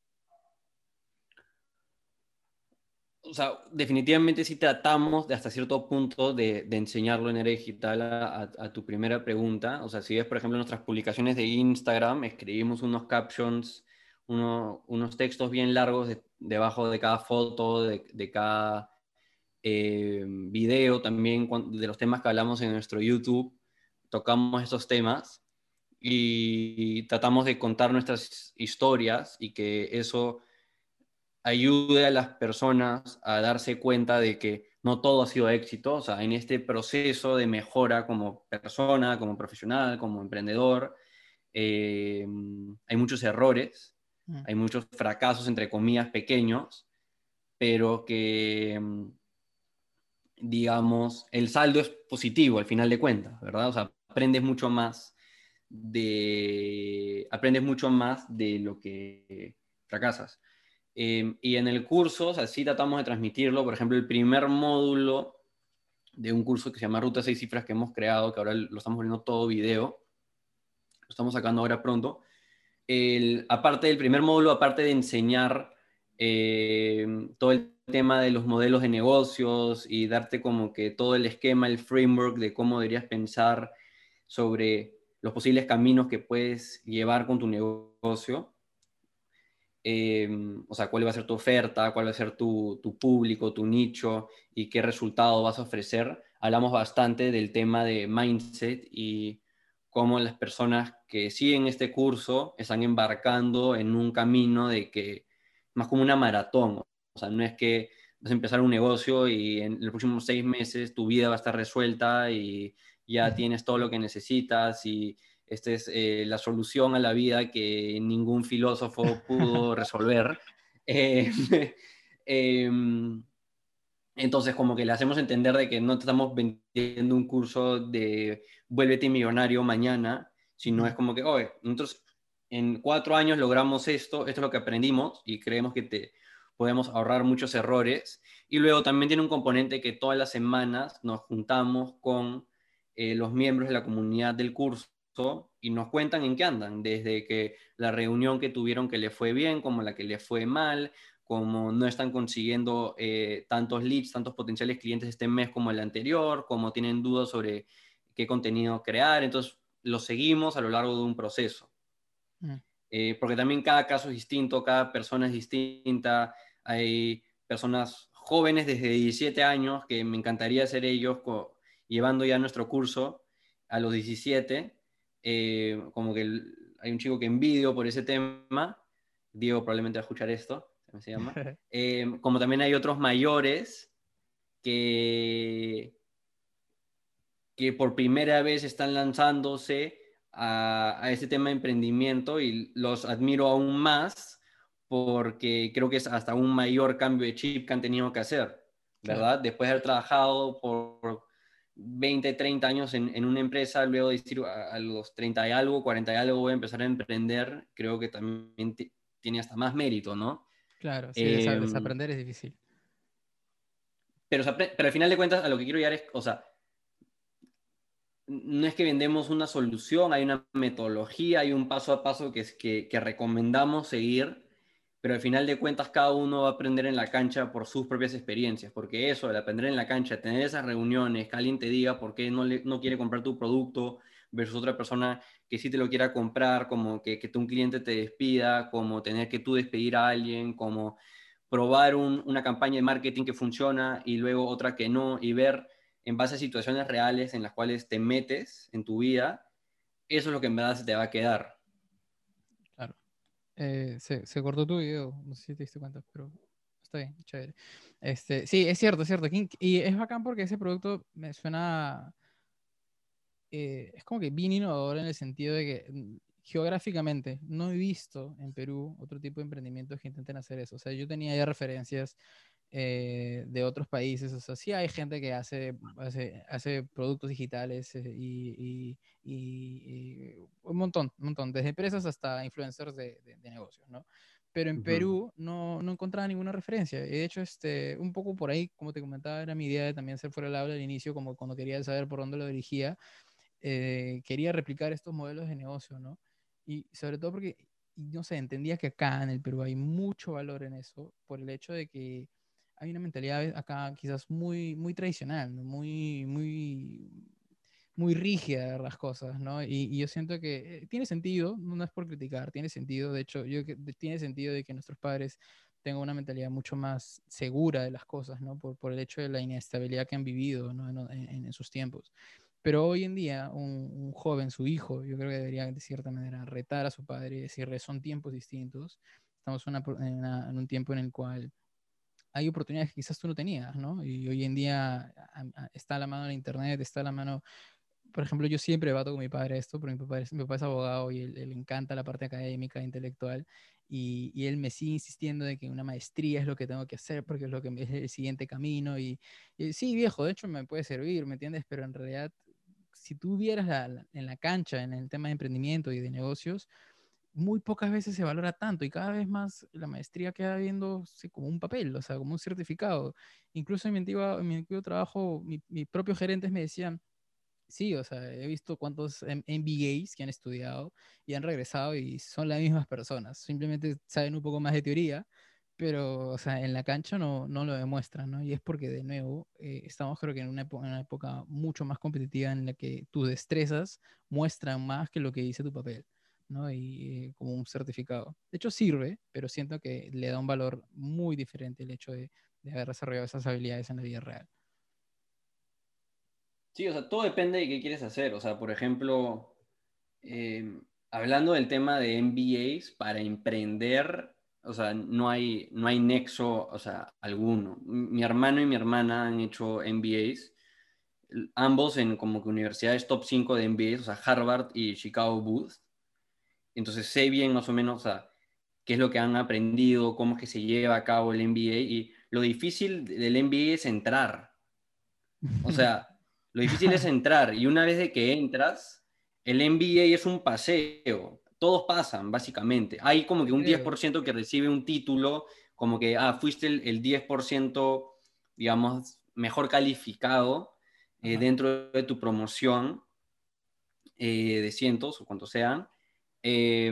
O sea, definitivamente sí tratamos de hasta cierto punto de, de enseñarlo en era digital a, a- a tu primera pregunta. O sea, si ves, por ejemplo, nuestras publicaciones de Instagram, escribimos unos captions, uno- unos textos bien largos de- debajo de cada foto, de, de cada eh, video, también cuan- de los temas que hablamos en nuestro YouTube. Tocamos estos temas y tratamos de contar nuestras historias y que eso ayude a las personas a darse cuenta de que no todo ha sido éxito, o sea, en este proceso de mejora como persona, como profesional, como emprendedor, eh, hay muchos errores, Mm. hay muchos fracasos, entre comillas, pequeños, pero que, digamos, el saldo es positivo al final de cuentas, ¿verdad? O sea, aprendes mucho más de, aprendes mucho más de lo que fracasas. Eh, y en el curso, o sea, sí tratamos de transmitirlo. Por ejemplo, el primer módulo de un curso que se llama Ruta Seis Cifras que hemos creado, que ahora lo estamos volviendo todo video, lo estamos sacando ahora pronto. El, aparte del primer módulo, aparte de enseñar eh, todo el tema de los modelos de negocios y darte como que todo el esquema, el framework de cómo deberías pensar sobre los posibles caminos que puedes llevar con tu negocio, eh, o sea, cuál va a ser tu oferta, cuál va a ser tu, tu público, tu nicho y qué resultado vas a ofrecer. Hablamos bastante del tema de mindset y cómo las personas que siguen este curso están embarcando en un camino de que, más como una maratón, o sea, no es que vas a empezar un negocio y en los próximos seis meses tu vida va a estar resuelta y ya tienes todo lo que necesitas y esta es eh, la solución a la vida que ningún filósofo pudo resolver. Eh, eh, entonces, como que le hacemos entender de que no te estamos vendiendo un curso de vuélvete millonario mañana, sino es Ujú. como que, oye, nosotros en cuatro años logramos esto, esto es lo que aprendimos y creemos que te podemos ahorrar muchos errores. Y luego también tiene un componente que todas las semanas nos juntamos con eh, los miembros de la comunidad del curso y nos cuentan en qué andan, desde que la reunión que tuvieron que le fue bien, como la que le fue mal, como no están consiguiendo eh, tantos leads, tantos potenciales clientes este mes como el anterior, como tienen dudas sobre qué contenido crear. Entonces, lo seguimos a lo largo de un proceso. Mm. Eh, porque también cada caso es distinto, cada persona es distinta. Hay personas jóvenes desde diecisiete años que me encantaría ser ellos llevando ya nuestro curso a los diecisiete. Eh, como que el, hay un chico que envidio por ese tema. Diego probablemente va a escuchar esto, se llama. Eh, como también hay otros mayores que, que por primera vez están lanzándose a, a este tema de emprendimiento y los admiro aún más porque creo que es hasta un mayor cambio de chip que han tenido que hacer, Claro. ¿verdad? Después de haber trabajado por veinte, treinta años en, en una empresa, luego decir a, a los treinta y algo, cuarenta y algo voy a empezar a emprender, creo que también tiene hasta más mérito, ¿no? Claro, sí, desa- Eh, desaprender es difícil. pero, pero al final de cuentas a lo que quiero llegar es, o sea, no es que vendemos una solución, hay una metodología, hay un paso a paso que, es, que, que recomendamos seguir, pero al final de cuentas cada uno va a aprender en la cancha por sus propias experiencias, porque eso, el aprender en la cancha, tener esas reuniones, que alguien te diga por qué no, le, no quiere comprar tu producto versus otra persona que sí te lo quiera comprar, como que, que un cliente te despida, como tener que tú despedir a alguien, como probar un, una campaña de marketing que funciona y luego otra que no, y ver en base a situaciones reales en las cuales te metes en tu vida, eso es lo que en verdad se te va a quedar. Claro. Eh, se, se cortó tu video, no sé si te diste cuenta, pero está bien, chévere. Este, sí, es cierto, es cierto. King- Y es bacán porque ese producto me suena, eh, es como que bien innovador en el sentido de que mm, geográficamente no he visto en Perú otro tipo de emprendimientos que intenten hacer eso. O sea, yo tenía ya referencias eh, de otros países. O sea, sí hay gente que hace, hace, hace productos digitales eh, y, y- y- y un montón, un montón, desde empresas hasta influencers de, de- de negocios, ¿no? Pero en Ujú. Perú no, no encontraba ninguna referencia. Y de hecho, este, un poco por ahí, como te comentaba, era mi idea de también ser fuera del aula al inicio, como cuando quería saber por dónde lo dirigía, eh, quería replicar estos modelos de negocio, ¿no? Y sobre todo porque, no sé, entendía que acá en el Perú hay mucho valor en eso por el hecho de que hay una mentalidad acá quizás muy, muy tradicional, ¿no? Muy, muy, muy rígida de las cosas, ¿no? Y, y yo siento que eh, tiene sentido, no es por criticar, tiene sentido, de hecho, yo que tiene sentido de que nuestros padres tengan una mentalidad mucho más segura de las cosas, ¿no? Por, por el hecho de la inestabilidad que han vivido, ¿no? En, en, en sus tiempos. Pero hoy en día, un, un, joven, su hijo, yo creo que debería de cierta manera retar a su padre y decirle, son tiempos distintos, estamos una, en, una, en un tiempo en el cual hay oportunidades que quizás tú no tenías, ¿no? Y hoy en día a, a, está a la mano la internet, está a la mano, por ejemplo, yo siempre debato con mi padre esto, porque mi papá es, mi papá es abogado y él, él le encanta la parte académica, intelectual, y, y, él me sigue insistiendo de que una maestría es lo que tengo que hacer, porque es lo que es el siguiente camino, y, y sí, viejo, de hecho me puede servir, ¿me entiendes? Pero en realidad, si tú vieras la, la, en la cancha, en el tema de emprendimiento y de negocios, muy pocas veces se valora tanto y cada vez más la maestría queda viéndose como un papel, o sea, como un certificado. Incluso en mi antiguo, en mi antiguo trabajo, mi, mis propios gerentes me decían, sí, o sea, he visto cuántos M B As que han estudiado y han regresado y son las mismas personas, simplemente saben un poco más de teoría, pero, o sea, en la cancha no, no lo demuestran, ¿no? Y es porque, de nuevo, eh, estamos creo que en una, época, en una época mucho más competitiva en la que tus destrezas muestran más que lo que dice tu papel, ¿no? Y eh, como un certificado. De hecho, sirve, pero siento que le da un valor muy diferente el hecho de, de haber desarrollado esas habilidades en la vida real. Sí, o sea, todo depende de qué quieres hacer. O sea, por ejemplo, eh, hablando del tema de M B As, para emprender, o sea, no hay, no hay nexo, o sea, alguno. Mi hermano y mi hermana han hecho M B As, ambos en como que universidades top cinco de M B As, o sea, Harvard y Chicago Booth. Entonces sé bien más o menos, o sea, qué es lo que han aprendido, cómo es que se lleva a cabo el M B A y lo difícil del M B A es entrar. O sea, lo difícil es entrar y una vez de que entras, el M B A es un paseo. todos pasan, básicamente. Hay como que un diez Creo. por ciento que recibe un título, como que, ah, fuiste el, el diez por ciento, digamos, mejor calificado eh, Ajá. dentro de tu promoción eh, de cientos o cuantos sean. Eh,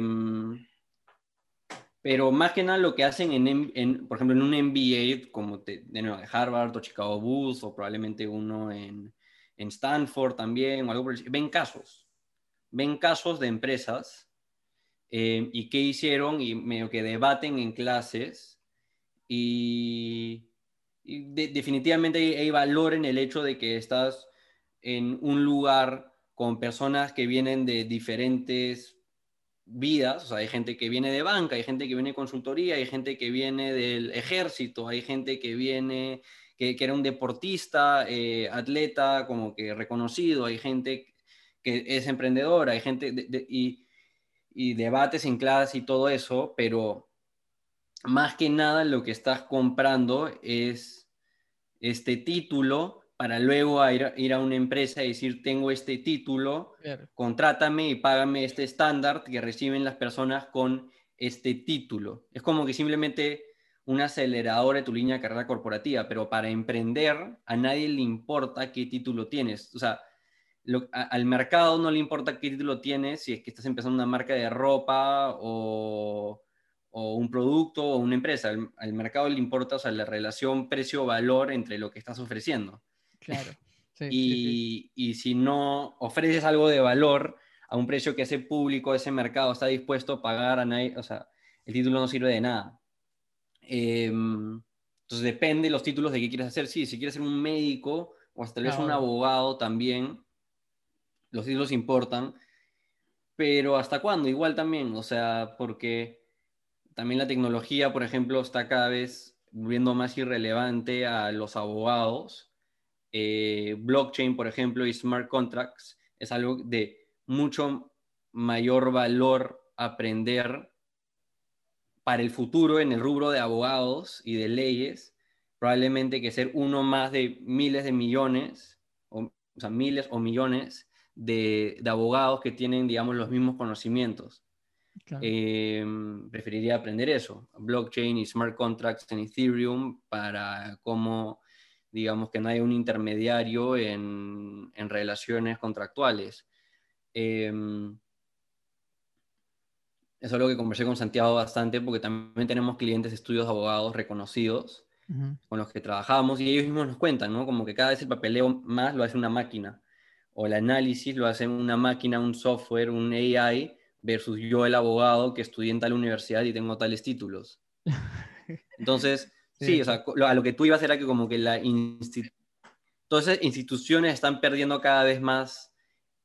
pero más que nada lo que hacen en, en, por ejemplo, en un M B A, como te, de, nuevo, de Harvard o Chicago Bulls, o probablemente uno en, en Stanford también, o algo por el, ven casos, ven casos de empresas eh, y qué hicieron, y medio que debaten en clases, y, y de, definitivamente hay, hay valor en el hecho de que estás en un lugar con personas que vienen de diferentes vidas, o sea, hay gente que viene de banca, hay gente que viene de consultoría, hay gente que viene del ejército, hay gente que viene, que, que era un deportista, eh, atleta, como que reconocido, hay gente que es emprendedora, hay gente, de, de, y, y debates en clase y todo eso, pero más que nada lo que estás comprando es este título para luego a ir, ir, a una empresa y decir, tengo este título, Claro. contrátame y págame este estándar que reciben las personas con este título. Es como que simplemente un acelerador de tu línea de carrera corporativa, pero para emprender a nadie le importa qué título tienes. O sea, lo, a, al mercado no le importa qué título tienes, si es que estás empezando una marca de ropa o, o un producto o una empresa. Al, al, mercado le importa, o sea, la relación precio-valor entre lo que estás ofreciendo. Claro. Sí, sí, sí. Y, y si no ofreces algo de valor a un precio que ese público, ese mercado está dispuesto a pagar, a nadie, o sea, el título no sirve de nada. Eh, entonces depende de los títulos de qué quieres hacer. Sí, si quieres ser un médico o hasta tal vez Ah, un obvio. abogado también, los títulos importan, pero ¿hasta cuándo? Igual también, o sea, porque también la tecnología, por ejemplo, está cada vez volviendo más irrelevante a los abogados. Eh, blockchain, por ejemplo, y smart contracts es algo de mucho mayor valor aprender para el futuro en el rubro de abogados y de leyes, probablemente que ser uno más de miles de millones, o, o sea, miles o millones de, de abogados que tienen, digamos, los mismos conocimientos. Claro. Eh, preferiría aprender eso, blockchain y smart contracts en Ethereum para cómo, digamos, que no haya un intermediario en, en relaciones contractuales. Eh, es algo que conversé con Santiago bastante porque también tenemos clientes de estudios de abogados reconocidos Ujú. con los que trabajamos y ellos mismos nos cuentan, ¿no? Como que cada vez el papeleo más lo hace una máquina o el análisis lo hace una máquina, un software, un A I versus yo el abogado que estudié en tal universidad y tengo tales títulos. Entonces, Sí, sí, o sí. sea, a lo que tú ibas era que como que la institu todas esas instituciones están perdiendo cada vez más,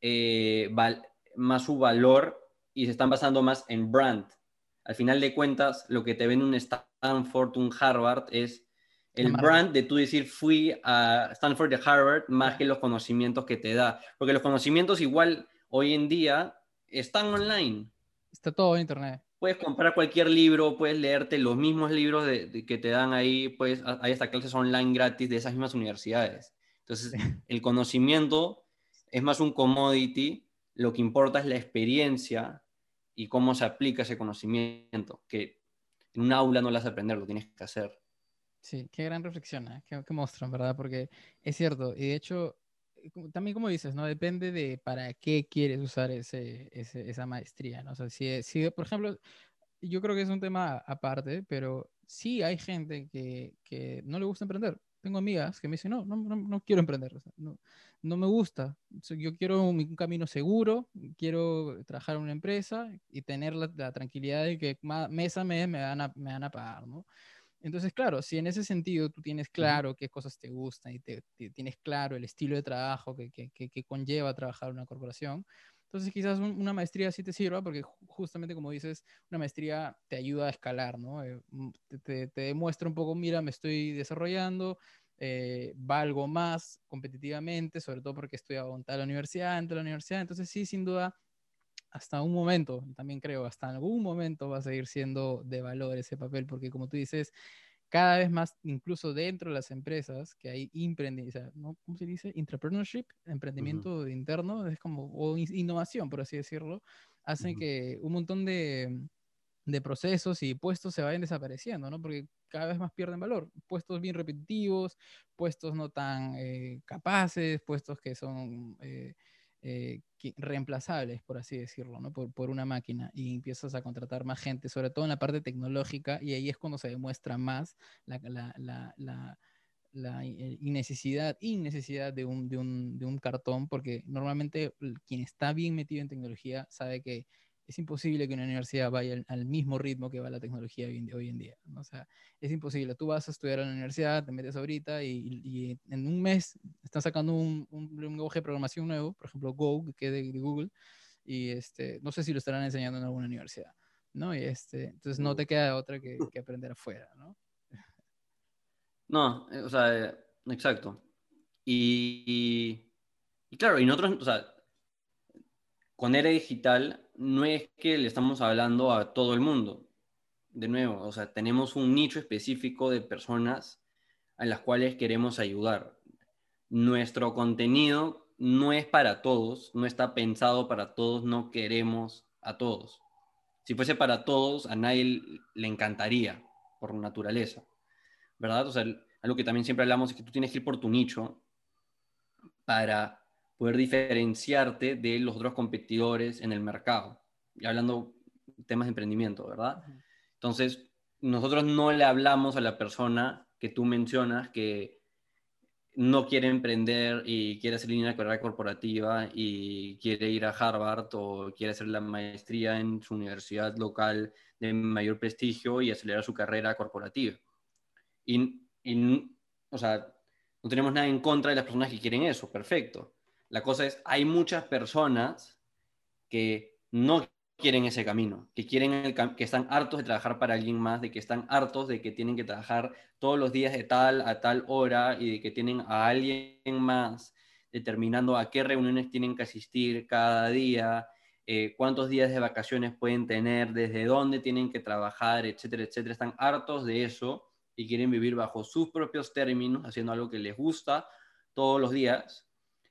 eh, más su valor y se están basando más en brand. Al final de cuentas, lo que te ven un Stanford, un Harvard, es La el marca. brand de tú decir fui a Stanford de Harvard más Claro. que los conocimientos que te da. Porque los conocimientos igual hoy en día están online. Está todo en internet. Puedes comprar cualquier libro, puedes leerte los mismos libros de, de, que te dan ahí, pues hay hasta clases online gratis de esas mismas universidades. Entonces, el conocimiento es más un commodity, lo que importa es la experiencia y cómo se aplica ese conocimiento, que en un aula no lo vas a aprender, lo tienes que hacer. Sí, qué gran reflexión, ¿eh? Qué, qué muestran, ¿verdad? Porque es cierto, y de hecho, eh, como- también como dices, ¿no? Depende de para qué quieres usar ese, ese- esa maestría, ¿no? O sea, si, si, por ejemplo, yo creo que es un tema aparte, pero sí hay gente que, que no le gusta emprender. Tengo amigas que me dicen, no, no, no, no quiero emprender, o sea, no, no me gusta. O sea, yo quiero un, un camino seguro, quiero trabajar en una empresa y tener la, la tranquilidad de que ma- mes a mes me van a, me van a pagar, ¿no? Entonces, claro, si en ese sentido tú tienes Uh -huh. claro qué cosas te gustan y te, te tienes claro el estilo de trabajo que, que, que, que conlleva trabajar en una corporación, entonces quizás un, una maestría sí te sirva porque justamente como dices, una maestría te ayuda a escalar, ¿no? Eh, te, te, te, demuestra un poco, mira, me estoy desarrollando, eh, valgo más competitivamente, sobre todo porque estoy a la universidad, entre la universidad, entonces sí, sin duda hasta un momento, también creo, hasta algún momento va a seguir siendo de valor ese papel, porque como tú dices, cada vez más, incluso dentro de las empresas, que hay emprendimiento, o sea, ¿no? ¿Cómo se dice? Entrepreneurship, Ujú, emprendimiento interno, es como, o in- innovación, por así decirlo, hacen ujú. que un montón de, de procesos y puestos se vayan desapareciendo, ¿no? Porque cada vez más pierden valor. Puestos bien repetitivos, puestos no tan eh, capaces, puestos que son eh, eh, que- reemplazables, por así decirlo, ¿no? Por, por una máquina. Y empiezas a contratar más gente, sobre todo en la parte tecnológica, y ahí es cuando se demuestra más la, la, la, la la eh, innecesidad, innecesidad de un, de un, de un cartón, porque normalmente quien está bien metido en tecnología sabe que es imposible que una universidad vaya al, al mismo ritmo que va la tecnología hoy en, hoy en día, ¿no? O sea, es imposible. Tú vas a estudiar a la universidad, te metes ahorita y, y en un mes están sacando un, un, un lenguaje de programación nuevo, por ejemplo Go, que es de, de Google, y este, no sé si lo estarán enseñando en alguna universidad, ¿no? Y este, entonces no te queda otra que, que aprender afuera, ¿no? No, eh, o sea, eh, exacto. Y, y, y claro, y nosotros, o sea, con era digital no es que le estamos hablando a todo el mundo. De nuevo, o sea, tenemos un nicho específico de personas a las cuales queremos ayudar. Nuestro contenido no es para todos, no está pensado para todos, no queremos a todos. Si fuese para todos, a nadie le encantaría, por naturaleza, ¿verdad? O sea, algo que también siempre hablamos es que tú tienes que ir por tu nicho para poder diferenciarte de los otros competidores en el mercado. Y hablando temas de emprendimiento, ¿verdad? Ujú. Entonces, nosotros no le hablamos a la persona que tú mencionas que no quiere emprender y quiere hacer una carrera corporativa y quiere ir a Harvard o quiere hacer la maestría en su universidad local de mayor prestigio y acelerar su carrera corporativa. Y, y, o sea, no tenemos nada en contra de las personas que quieren eso, perfecto. La cosa es, hay muchas personas que no quieren ese camino, que quieren el que están hartos de trabajar para alguien más, de que están hartos de que tienen que trabajar todos los días de tal a tal hora y de que tienen a alguien más determinando a qué reuniones tienen que asistir cada día, eh, cuántos días de vacaciones pueden tener, desde dónde tienen que trabajar, etcétera, etcétera. Están hartos de eso y quieren vivir bajo sus propios términos, haciendo algo que les gusta todos los días.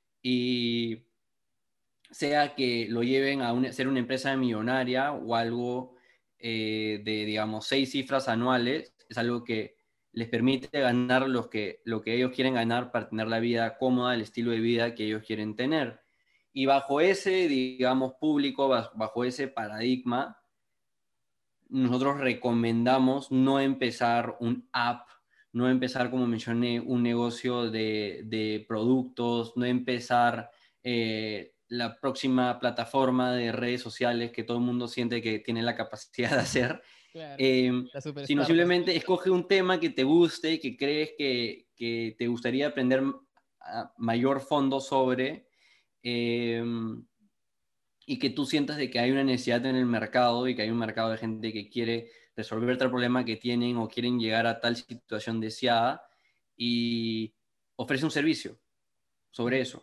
Y sea que lo lleven a un, ser una empresa millonaria o algo eh, de, digamos, seis cifras anuales, es algo que les permite ganar los que, lo que ellos quieren ganar para tener la vida cómoda, el estilo de vida que ellos quieren tener. Y bajo ese, digamos, público, bajo ese paradigma, nosotros recomendamos no empezar un app, no empezar, como mencioné, un negocio de, de productos, no empezar eh, la próxima plataforma de redes sociales que todo el mundo siente que tiene la capacidad de hacer, Claro, eh, la super sino startup. simplemente escoge un tema que te guste y que crees que, que te gustaría aprender a mayor fondo sobre. Eh, y que tú sientas de que hay una necesidad en el mercado y que hay un mercado de gente que quiere resolver tal problema que tienen o quieren llegar a tal situación deseada y ofrece un servicio sobre eso.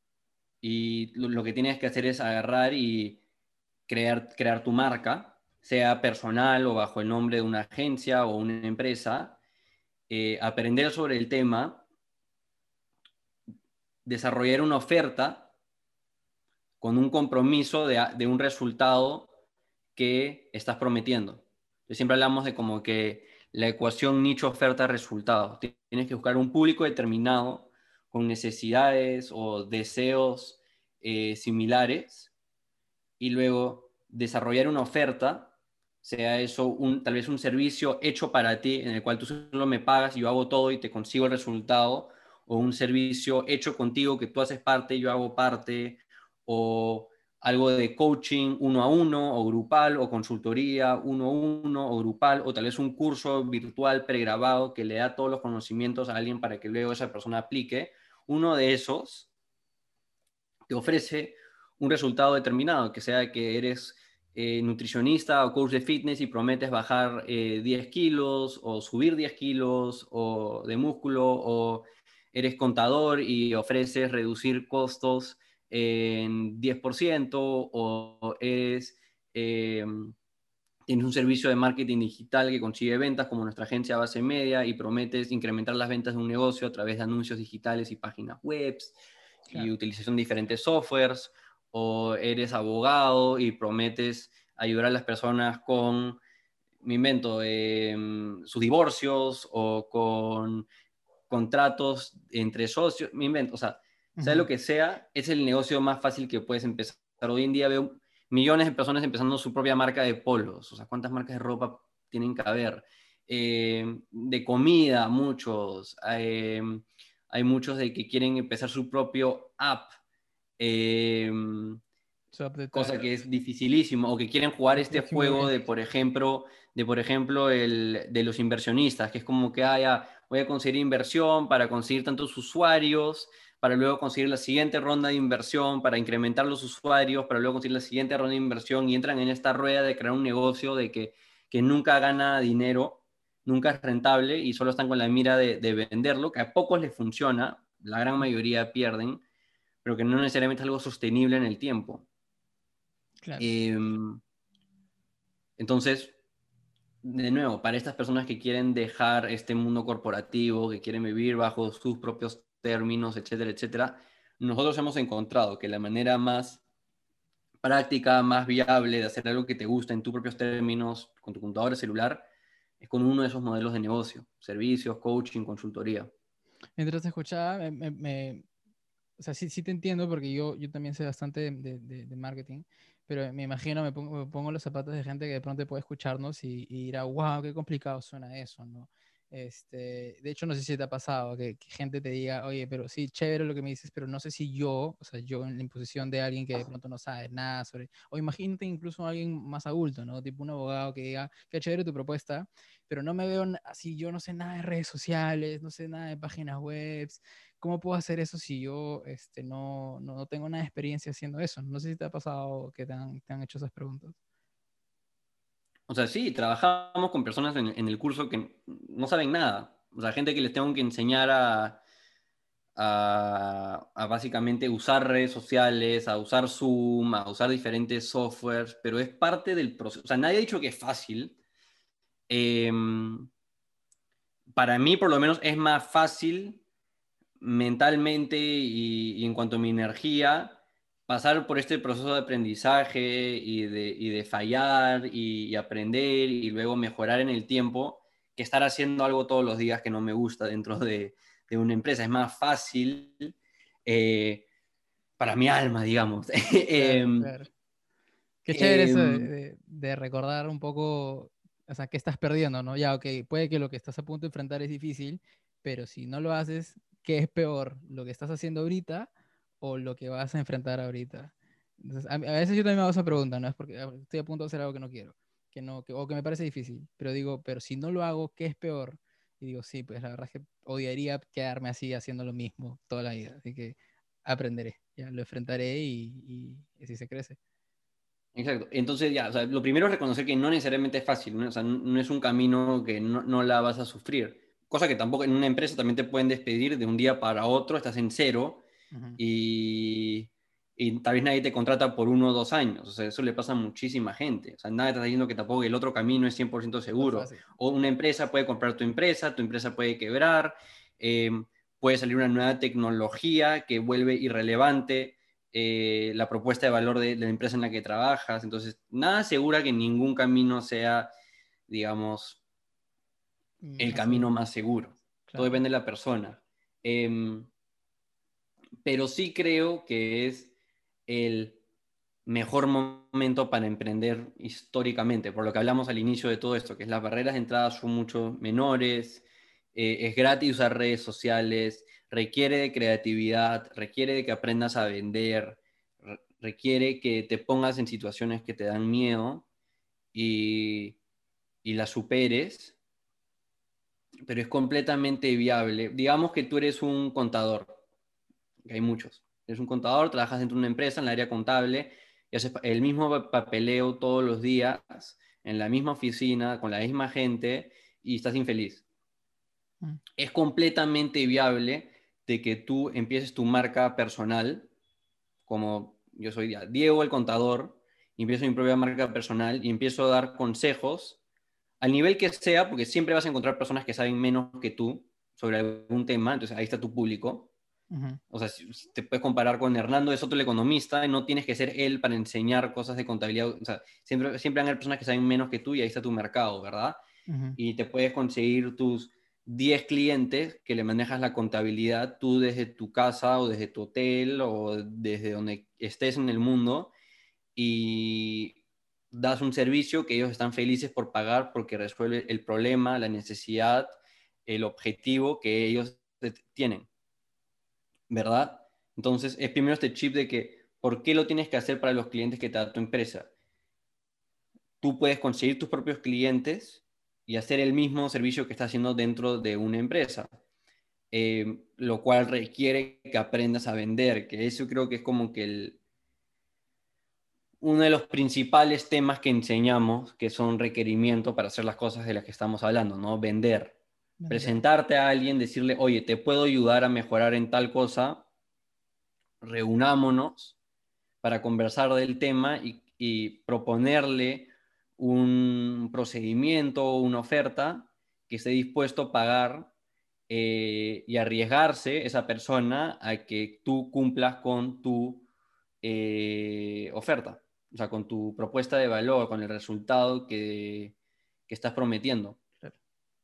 Y lo, lo que tienes que hacer es agarrar y crear, crear tu marca, sea personal o bajo el nombre de una agencia o una empresa, eh, aprender sobre el tema, desarrollar una oferta con un compromiso de, de un resultado que estás prometiendo. Siempre hablamos de como que la ecuación nicho oferta resultado. Tienes que buscar un público determinado con necesidades o deseos eh, similares y luego desarrollar una oferta, sea eso un, tal vez un servicio hecho para ti en el cual tú solo me pagas y yo hago todo y te consigo el resultado, o un servicio hecho contigo que tú haces parte, yo hago parte, o algo de coaching uno a uno o grupal o consultoría uno a uno o grupal o tal vez un curso virtual pregrabado que le da todos los conocimientos a alguien para que luego esa persona aplique. Uno de esos te ofrece un resultado determinado, que sea que eres eh, nutricionista o coach de fitness y prometes bajar eh, diez kilos o subir diez kilos o de músculo, o eres contador y ofreces reducir costos en diez por ciento, o eres eh, tienes un servicio de marketing digital que consigue ventas como nuestra agencia Base Media y prometes incrementar las ventas de un negocio a través de anuncios digitales y páginas web y Claro. utilización de diferentes softwares, o eres abogado y prometes ayudar a las personas con, me invento, eh, sus divorcios o con contratos entre socios, me invento, o sea, sea Ujú. lo que sea, es el negocio más fácil que puedes empezar. Hoy en día veo millones de personas empezando su propia marca de polos, o sea, ¿cuántas marcas de ropa tienen que haber? Eh, de comida, muchos. Eh, hay muchos de que quieren empezar su propio app. Eh, Swap de cosa tag. que es dificilísimo, o que quieren jugar El este próximo juego día. de, por ejemplo, de, por ejemplo, el de los inversionistas, que es como que ah, ya, voy a conseguir inversión para conseguir tantos usuarios, para luego conseguir la siguiente ronda de inversión, para incrementar los usuarios, para luego conseguir la siguiente ronda de inversión, y entran en esta rueda de crear un negocio de que, que nunca gana dinero, nunca es rentable, y solo están con la mira de, de venderlo, que a pocos les funciona, la gran mayoría pierden, pero que no necesariamente es algo sostenible en el tiempo. Claro. Eh, entonces, de nuevo, para estas personas que quieren dejar este mundo corporativo, que quieren vivir bajo sus propios términos, etcétera, etcétera, nosotros hemos encontrado que la manera más práctica, más viable de hacer algo que te gusta en tus propios términos, con tu computadora celular, es con uno de esos modelos de negocio, servicios, coaching, consultoría. Mientras te escuchaba, me, me- me- o sea, sí, sí te entiendo porque yo, yo también sé bastante de, de- de- de marketing, pero me imagino, me pongo, me pongo los zapatos de gente que de pronto puede escucharnos y, y dirá, wow, qué complicado suena eso, ¿no? Este, de hecho, no sé si te ha pasado que, que gente te diga, oye, pero sí, chévere lo que me dices, pero no sé si yo, o sea, yo en la imposición de alguien que de pronto no sabe nada sobre, o imagínate incluso alguien más adulto, ¿no? Tipo un abogado que diga, qué chévere tu propuesta, pero no me veo n- así, yo no sé nada de redes sociales, no sé nada de páginas web. ¿Cómo puedo hacer eso si yo este, no, no, no tengo nada de experiencia haciendo eso? No sé si te ha pasado que te han, te han hecho esas preguntas. O sea, sí, trabajamos con personas en, en el curso que no saben nada. O sea, gente que les tengo que enseñar a, a, a básicamente usar redes sociales, a usar Zoom, a usar diferentes softwares, pero es parte del proceso. O sea, nadie ha dicho que es fácil. Eh, para mí, por lo menos, es más fácil mentalmente y, y en cuanto a mi energía, pasar por este proceso de aprendizaje y de, y de fallar y, y aprender y luego mejorar en el tiempo, que estar haciendo algo todos los días que no me gusta dentro de, de una empresa. Es más fácil eh, para mi alma, digamos. Claro, eh, claro. Qué chévere eh, eso de, de- de recordar un poco, o sea, qué estás perdiendo, ¿no? Ya, ok, puede que lo que estás a punto de enfrentar es difícil, pero si no lo haces, ¿qué es peor? ¿Lo que estás haciendo ahorita o lo que vas a enfrentar ahorita? Entonces, a, a veces yo también me hago esa pregunta, ¿no? Es porque ah, estoy a punto de hacer algo que no quiero, que no, que, o que me parece difícil, pero digo, pero si no lo hago, ¿qué es peor? Y digo, sí, pues la verdad es que odiaría quedarme así haciendo lo mismo toda la vida, así que aprenderé, ya lo enfrentaré y, y y así se crece. exacto. Entonces, ya, o sea, lo primero es reconocer que no necesariamente es fácil, ¿no? O sea, no, no es un camino que no, no la vas a sufrir. Cosa que tampoco en una empresa también te pueden despedir de un día para otro, estás en cero Ujú. y, y tal vez nadie te contrata por uno o dos años. O sea, eso le pasa a muchísima gente. O sea, nadie está diciendo que tampoco el otro camino es cien por ciento Súper seguro. fácil. O una empresa puede comprar tu empresa, tu empresa puede quebrar, eh, puede salir una nueva tecnología que vuelve irrelevante eh, la propuesta de valor de, de, la empresa en la que trabajas. Entonces, nada asegura que ningún camino sea, digamos, el Más camino seguro. más seguro. Todo Claro. depende de la persona. Eh, pero sí creo que es el mejor momento para emprender históricamente, por lo que hablamos al inicio de todo esto, que es las barreras de entrada son mucho menores, eh, es gratis usar redes sociales, requiere de creatividad, requiere de que aprendas a vender, re- requiere que te pongas en situaciones que te dan miedo y, y las superes, pero es completamente viable. Digamos que tú eres un contador, que hay muchos. Eres un contador, trabajas dentro de una empresa en el área contable y haces el mismo papeleo todos los días, en la misma oficina, con la misma gente y estás infeliz. Mm. Es completamente viable de que tú empieces tu marca personal, como yo soy Diego el contador, y empiezo mi propia marca personal y empiezo a dar consejos al nivel que sea, porque siempre vas a encontrar personas que saben menos que tú sobre algún tema, entonces ahí está tu público. Ujú. O sea, si- si te puedes comparar con Hernando de Soto, el economista, y no tienes que ser él para enseñar cosas de contabilidad. O sea, siempre, siempre van a haber personas que saben menos que tú y ahí está tu mercado, ¿verdad? Ujú. Y te puedes conseguir tus diez clientes que le manejas la contabilidad tú desde tu casa o desde tu hotel o desde donde estés en el mundo y das un servicio que ellos están felices por pagar porque resuelve el problema, la necesidad, el objetivo que ellos tienen, ¿verdad? Entonces, es primero este chip de que, ¿por qué lo tienes que hacer para los clientes que te da tu empresa? Tú puedes conseguir tus propios clientes y hacer el mismo servicio que estás haciendo dentro de una empresa, eh, lo cual requiere que aprendas a vender, que eso creo que es como que el, uno de los principales temas que enseñamos, que son requerimientos para hacer las cosas de las que estamos hablando, ¿no? Vender. Vender. Presentarte a alguien, decirle, oye, te puedo ayudar a mejorar en tal cosa, reunámonos para conversar del tema y, y proponerle un procedimiento o una oferta que esté dispuesto a pagar eh, y arriesgarse esa persona a que tú cumplas con tu eh, oferta, o sea, con tu propuesta de valor, con el resultado que, que estás prometiendo. Claro.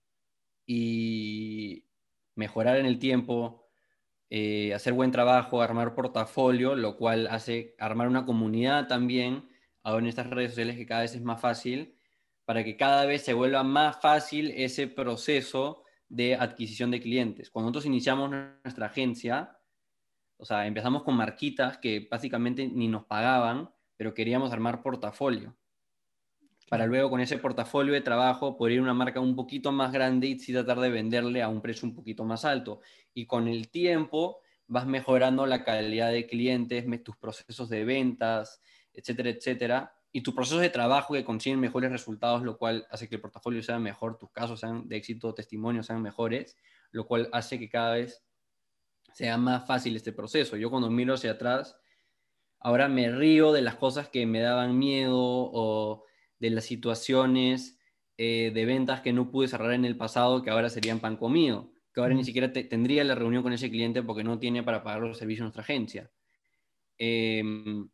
Y mejorar en el tiempo, eh, hacer buen trabajo, armar portafolio, lo cual hace armar una comunidad también, ahora en estas redes sociales que cada vez es más fácil, para que cada vez se vuelva más fácil ese proceso de adquisición de clientes. Cuando nosotros iniciamos nuestra agencia, o sea, empezamos con marquitas que básicamente ni nos pagaban, pero queríamos armar portafolio para Claro. luego con ese portafolio de trabajo poder ir a una marca un poquito más grande y sí tratar de venderle a un precio un poquito más alto. Y con el tiempo vas mejorando la calidad de clientes, tus procesos de ventas, etcétera, etcétera. Y tus procesos de trabajo que consiguen mejores resultados, lo cual hace que el portafolio sea mejor, tus casos sean de éxito, testimonios sean mejores, lo cual hace que cada vez sea más fácil este proceso. Yo cuando miro hacia atrás, ahora me río de las cosas que me daban miedo o de las situaciones eh, de ventas que no pude cerrar en el pasado que ahora serían pan comido, que ahora ni Ujú. siquiera te, tendría la reunión con ese cliente porque no tiene para pagar los servicios de nuestra agencia. Eh,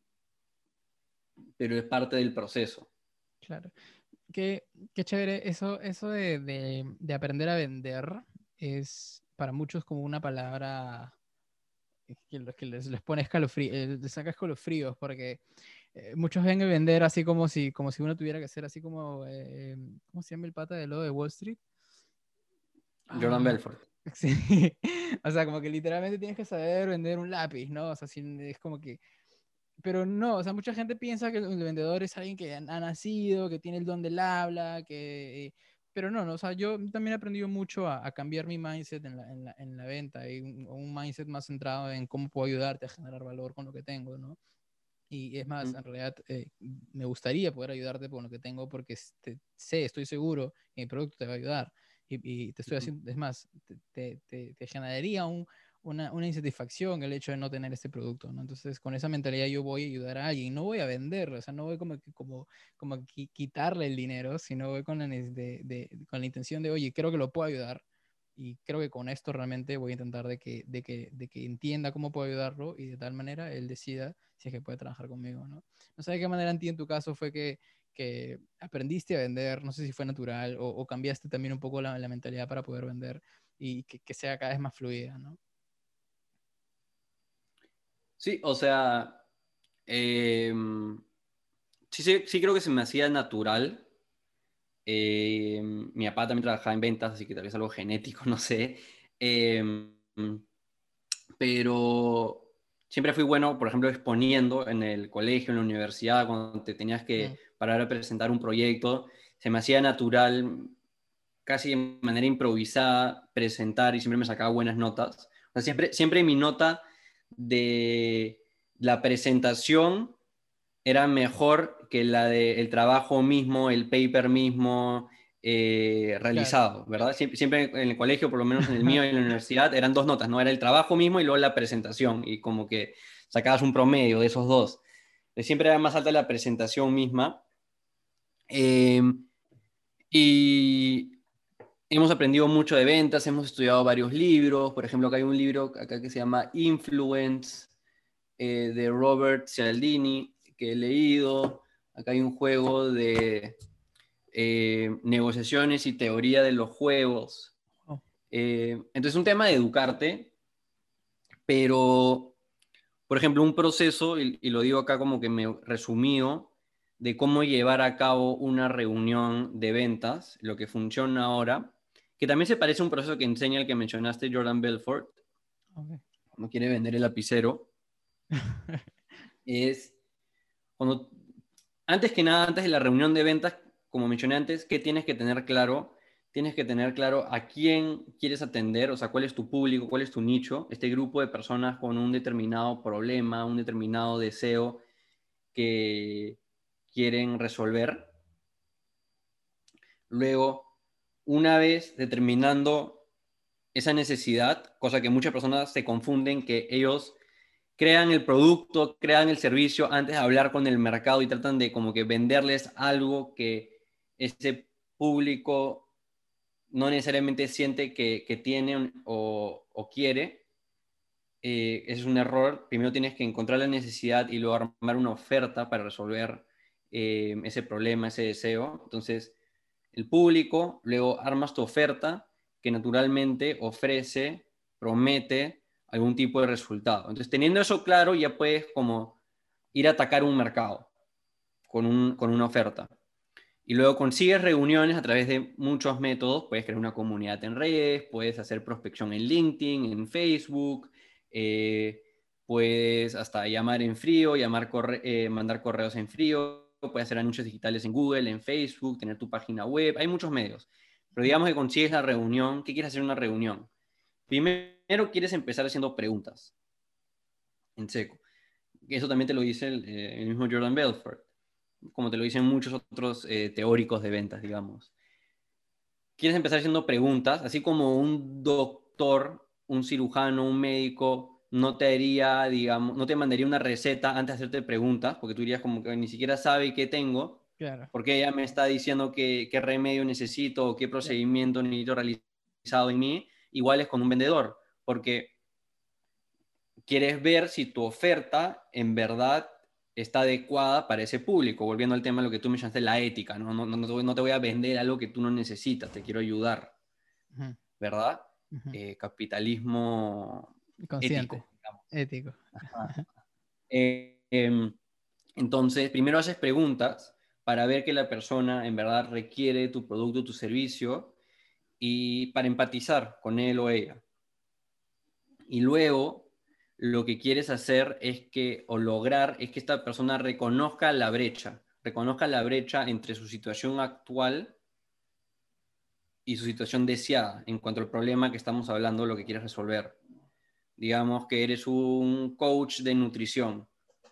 pero es parte del proceso. Claro. Qué, qué chévere. Eso, eso de, de, de aprender a vender es para muchos como una palabra que, lo- que les, les pone escalofríos, les saca escalofríos, porque eh, muchos ven el vender así como si, como si uno tuviera que ser así como, eh, ¿cómo se llama el pata de lo de Wall Street? Jordan Ah, Belfort. sí. O sea, como que literalmente tienes que saber vender un lápiz, ¿no? O sea, sin- es como que... Pero no, o sea, mucha gente piensa que el vendedor es alguien que ha, ha nacido, que tiene el don del habla, que... Pero no, no, o sea, yo también he aprendido mucho a, a cambiar mi mindset en la, en la, en la venta y un, un mindset más centrado en cómo puedo ayudarte a generar valor con lo que tengo, ¿no? Y es más, Mm, en realidad eh, me gustaría poder ayudarte con lo que tengo porque este, sé, estoy seguro que mi producto te va a ayudar. Y, y te estoy mm, haciendo, es más, te, te, te, te generaría un, una, una insatisfacción el hecho de no tener este producto, ¿no? Entonces, con esa mentalidad yo voy a ayudar a alguien, no voy a venderlo, o sea, no voy como, que- como, como qui- quitarle el dinero, sino voy con la, de, de, con la intención de, oye, creo que lo puedo ayudar y creo que con esto realmente voy a intentar de que, de que, de que entienda cómo puedo ayudarlo y de tal manera él decida si es que puede trabajar conmigo, ¿no? No sé de qué manera en ti, en tu caso, fue que, que aprendiste a vender, no sé si fue natural o, o cambiaste también un poco la, la mentalidad para poder vender y que, que sea cada vez más fluida, ¿no? sí, o sea, eh, sí, sí, sí creo que se me hacía natural. Eh, mi papá también trabajaba en ventas, así que tal vez algo genético, no sé. Eh, pero siempre fui bueno, por ejemplo, exponiendo en el colegio, en la universidad, cuando te tenías Mm. que parar a presentar un proyecto, se me hacía natural, casi de manera improvisada, presentar y siempre me sacaba buenas notas. O sea, siempre, siempre mi nota de la presentación era mejor que la del trabajo mismo, el paper mismo eh, Claro. realizado, ¿verdad? Siempre, siempre en el colegio, por lo menos en el mío y en la universidad, eran dos notas, ¿no? Era el trabajo mismo y luego la presentación, y como que sacabas un promedio de esos dos. Siempre era más alta la presentación misma. Eh, y hemos aprendido mucho de ventas, hemos estudiado varios libros. Por ejemplo, acá hay un libro acá que se llama Influence, eh, de Robert Cialdini, que he leído. Acá hay un juego de eh, negociaciones y teoría de los juegos. Oh, Eh, entonces, un tema de educarte, pero, por ejemplo, un proceso, y, y lo digo acá como que me resumió, de cómo llevar a cabo una reunión de ventas, lo que funciona ahora, que también se parece a un proceso que enseña el que mencionaste, Jordan Belfort, okay. cuando quiere vender el lapicero, es cuando, antes que nada, antes de la reunión de ventas, como mencioné antes, ¿qué tienes que tener claro? Tienes que tener claro a quién quieres atender, o sea, cuál es tu público, cuál es tu nicho, este grupo de personas con un determinado problema, un determinado deseo que quieren resolver. Luego, una vez determinando esa necesidad, cosa que muchas personas se confunden, que ellos crean el producto, crean el servicio antes de hablar con el mercado y tratan de como que venderles algo que ese público no necesariamente siente que, que tiene o, o quiere. Eh, ese es un error. Primero tienes que encontrar la necesidad y luego armar una oferta para resolver eh, ese problema, ese deseo. Entonces, el público, luego armas tu oferta que naturalmente ofrece, promete algún tipo de resultado. Entonces, teniendo eso claro, ya puedes como ir a atacar un mercado con, un, con una oferta. Y luego consigues reuniones a través de muchos métodos. Puedes crear una comunidad en redes, puedes hacer prospección en LinkedIn, en Facebook, eh, puedes hasta llamar en frío, llamar corre eh, mandar correos en frío, puedes hacer anuncios digitales en Google, en Facebook, tener tu página web. Hay muchos medios. Pero digamos que consigues la reunión. ¿Qué quieres hacer en una reunión? Primero quieres empezar haciendo preguntas, en seco. Eso también te lo dice el, eh, el mismo Jordan Belfort, como te lo dicen muchos otros eh, teóricos de ventas, digamos. Quieres empezar haciendo preguntas, así como un doctor, un cirujano, un médico, no te haría, digamos, no te mandaría una receta antes de hacerte preguntas, porque tú dirías como que ni siquiera sabe qué tengo, Claro. porque ella me está diciendo qué, qué remedio necesito o qué Claro. procedimiento necesito realizado en mí. Igual es con un vendedor, porque quieres ver si tu oferta en verdad está adecuada para ese público, volviendo al tema de lo que tú me llamaste, la ética, ¿no? No, no, no, no te voy a vender algo que tú no necesitas, te quiero ayudar, Ujú, ¿verdad? ujú. Eh, capitalismo Consciente, ético, digamos. ético. Eh, eh, entonces, primero haces preguntas para ver que la persona en verdad requiere tu producto, tu servicio, y para empatizar con él o ella. Y luego lo que quieres hacer es que, o lograr, es que esta persona reconozca la brecha, reconozca la brecha entre su situación actual y su situación deseada en cuanto al problema que estamos hablando, lo que quieres resolver. Digamos que eres un coach de nutrición,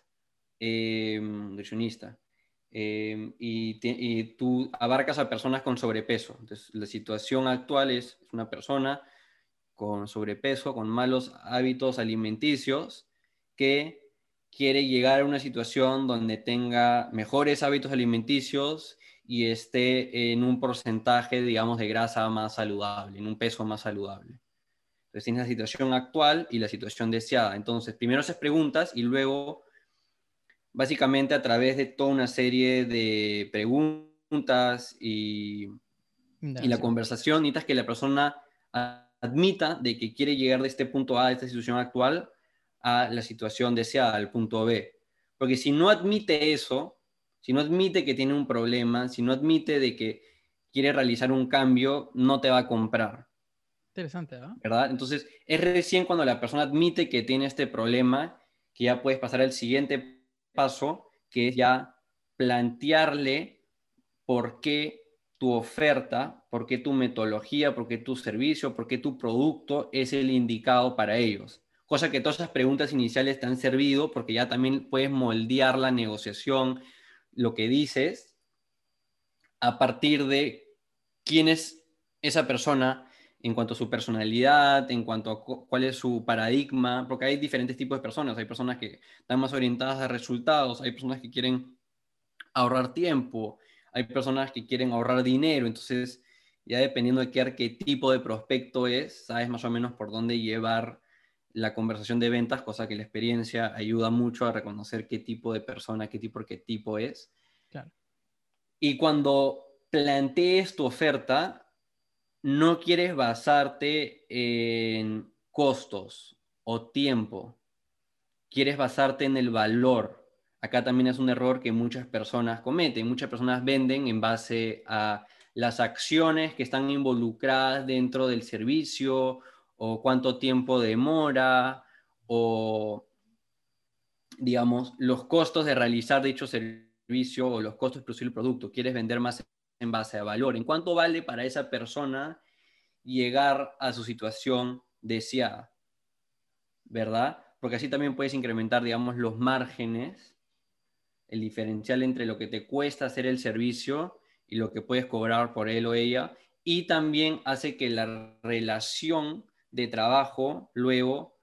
eh, nutricionista, eh, y, te, y tú abarcas a personas con sobrepeso. Entonces, la situación actual es una persona con sobrepeso, con malos hábitos alimenticios, que quiere llegar a una situación donde tenga mejores hábitos alimenticios y esté en un porcentaje, digamos, de grasa más saludable, en un peso más saludable. Entonces tienes la situación actual y la situación deseada. Entonces, primero haces preguntas y luego, básicamente a través de toda una serie de preguntas y, y la Indagación. conversación, necesitas que la persona admita de que quiere llegar de este punto A, de esta situación actual, a la situación deseada, al punto B. Porque si no admite eso, si no admite que tiene un problema, si no admite de que quiere realizar un cambio, no te va a comprar, Interesante, ¿ah? ¿verdad? Entonces, es recién cuando la persona admite que tiene este problema que ya puedes pasar al siguiente paso, que es ya plantearle por qué tu oferta, por qué tu metodología, por qué tu servicio, por qué tu producto es el indicado para ellos. Cosa que todas esas preguntas iniciales te han servido porque ya también puedes moldear la negociación, lo que dices, a partir de quién es esa persona en cuanto a su personalidad, en cuanto a cu- cuál es su paradigma, porque hay diferentes tipos de personas. Hay personas que están más orientadas a resultados, hay personas que quieren ahorrar tiempo, hay personas que quieren ahorrar dinero. Entonces, ya dependiendo de qué arquetipo de prospecto es, sabes más o menos por dónde llevar la conversación de ventas, cosa que la experiencia ayuda mucho a reconocer qué tipo de persona, qué tipo de arquetipo es. Claro. Y cuando plantees tu oferta, no quieres basarte en costos o tiempo, quieres basarte en el valor. Acá también es un error que muchas personas cometen. Muchas personas venden en base a las acciones que están involucradas dentro del servicio, o cuánto tiempo demora, o digamos, los costos de realizar dicho servicio o los costos de producir el producto. Quieres vender más en base a valor. ¿En cuánto vale para esa persona llegar a su situación deseada? ¿Verdad? Porque así también puedes incrementar, digamos, los márgenes, el diferencial entre lo que te cuesta hacer el servicio y lo que puedes cobrar por él o ella. Y también hace que la relación de trabajo luego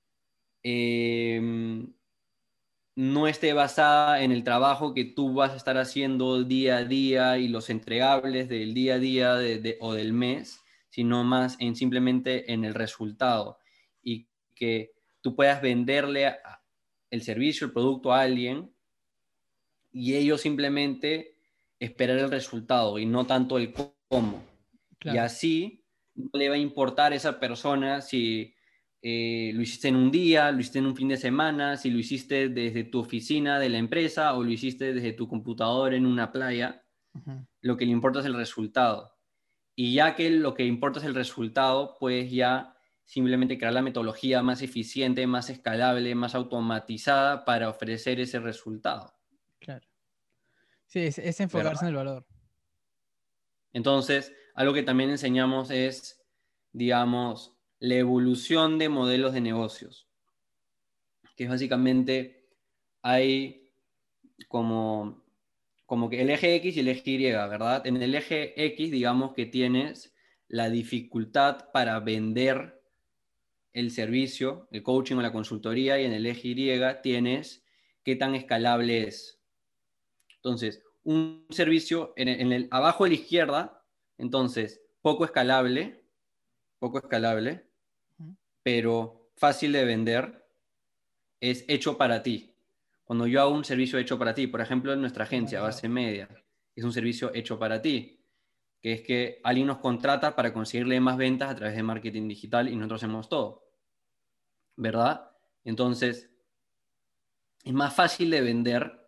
eh, no esté basada en el trabajo que tú vas a estar haciendo día a día y los entregables del día a día de, de, o del mes, sino más en simplemente en el resultado, y que tú puedas venderle a, el servicio, el producto a alguien, y ellos simplemente esperar el resultado y no tanto el cómo. Y Claro. así no le va a importar a esa persona si eh, lo hiciste en un día, lo hiciste en un fin de semana, si lo hiciste desde tu oficina de la empresa o lo hiciste desde tu computador en una playa. Ujú. Lo que le importa es el resultado. Y ya que lo que importa es el resultado, pues ya simplemente crear la metodología más eficiente, más escalable, más automatizada para ofrecer ese resultado, Claro. Sí, es, es enfocarse en ¿verdad? el valor. Entonces, algo que también enseñamos es, digamos, la evolución de modelos de negocios, que es básicamente hay como, como que el eje X y el eje Y, ¿verdad? En el eje X, digamos que tienes la dificultad para vender el servicio, el coaching o la consultoría, y en el eje Y tienes qué tan escalable es. Entonces, un servicio en el, en el abajo de la izquierda, entonces, poco escalable, poco escalable, Ujú. pero fácil de vender, es hecho para ti. Cuando yo hago un servicio hecho para ti, por ejemplo, en nuestra agencia, Automatizado. Base Media, es un servicio hecho para ti, que es que alguien nos contrata para conseguirle más ventas a través de marketing digital y nosotros hacemos todo, ¿verdad? Entonces, es más fácil de vender,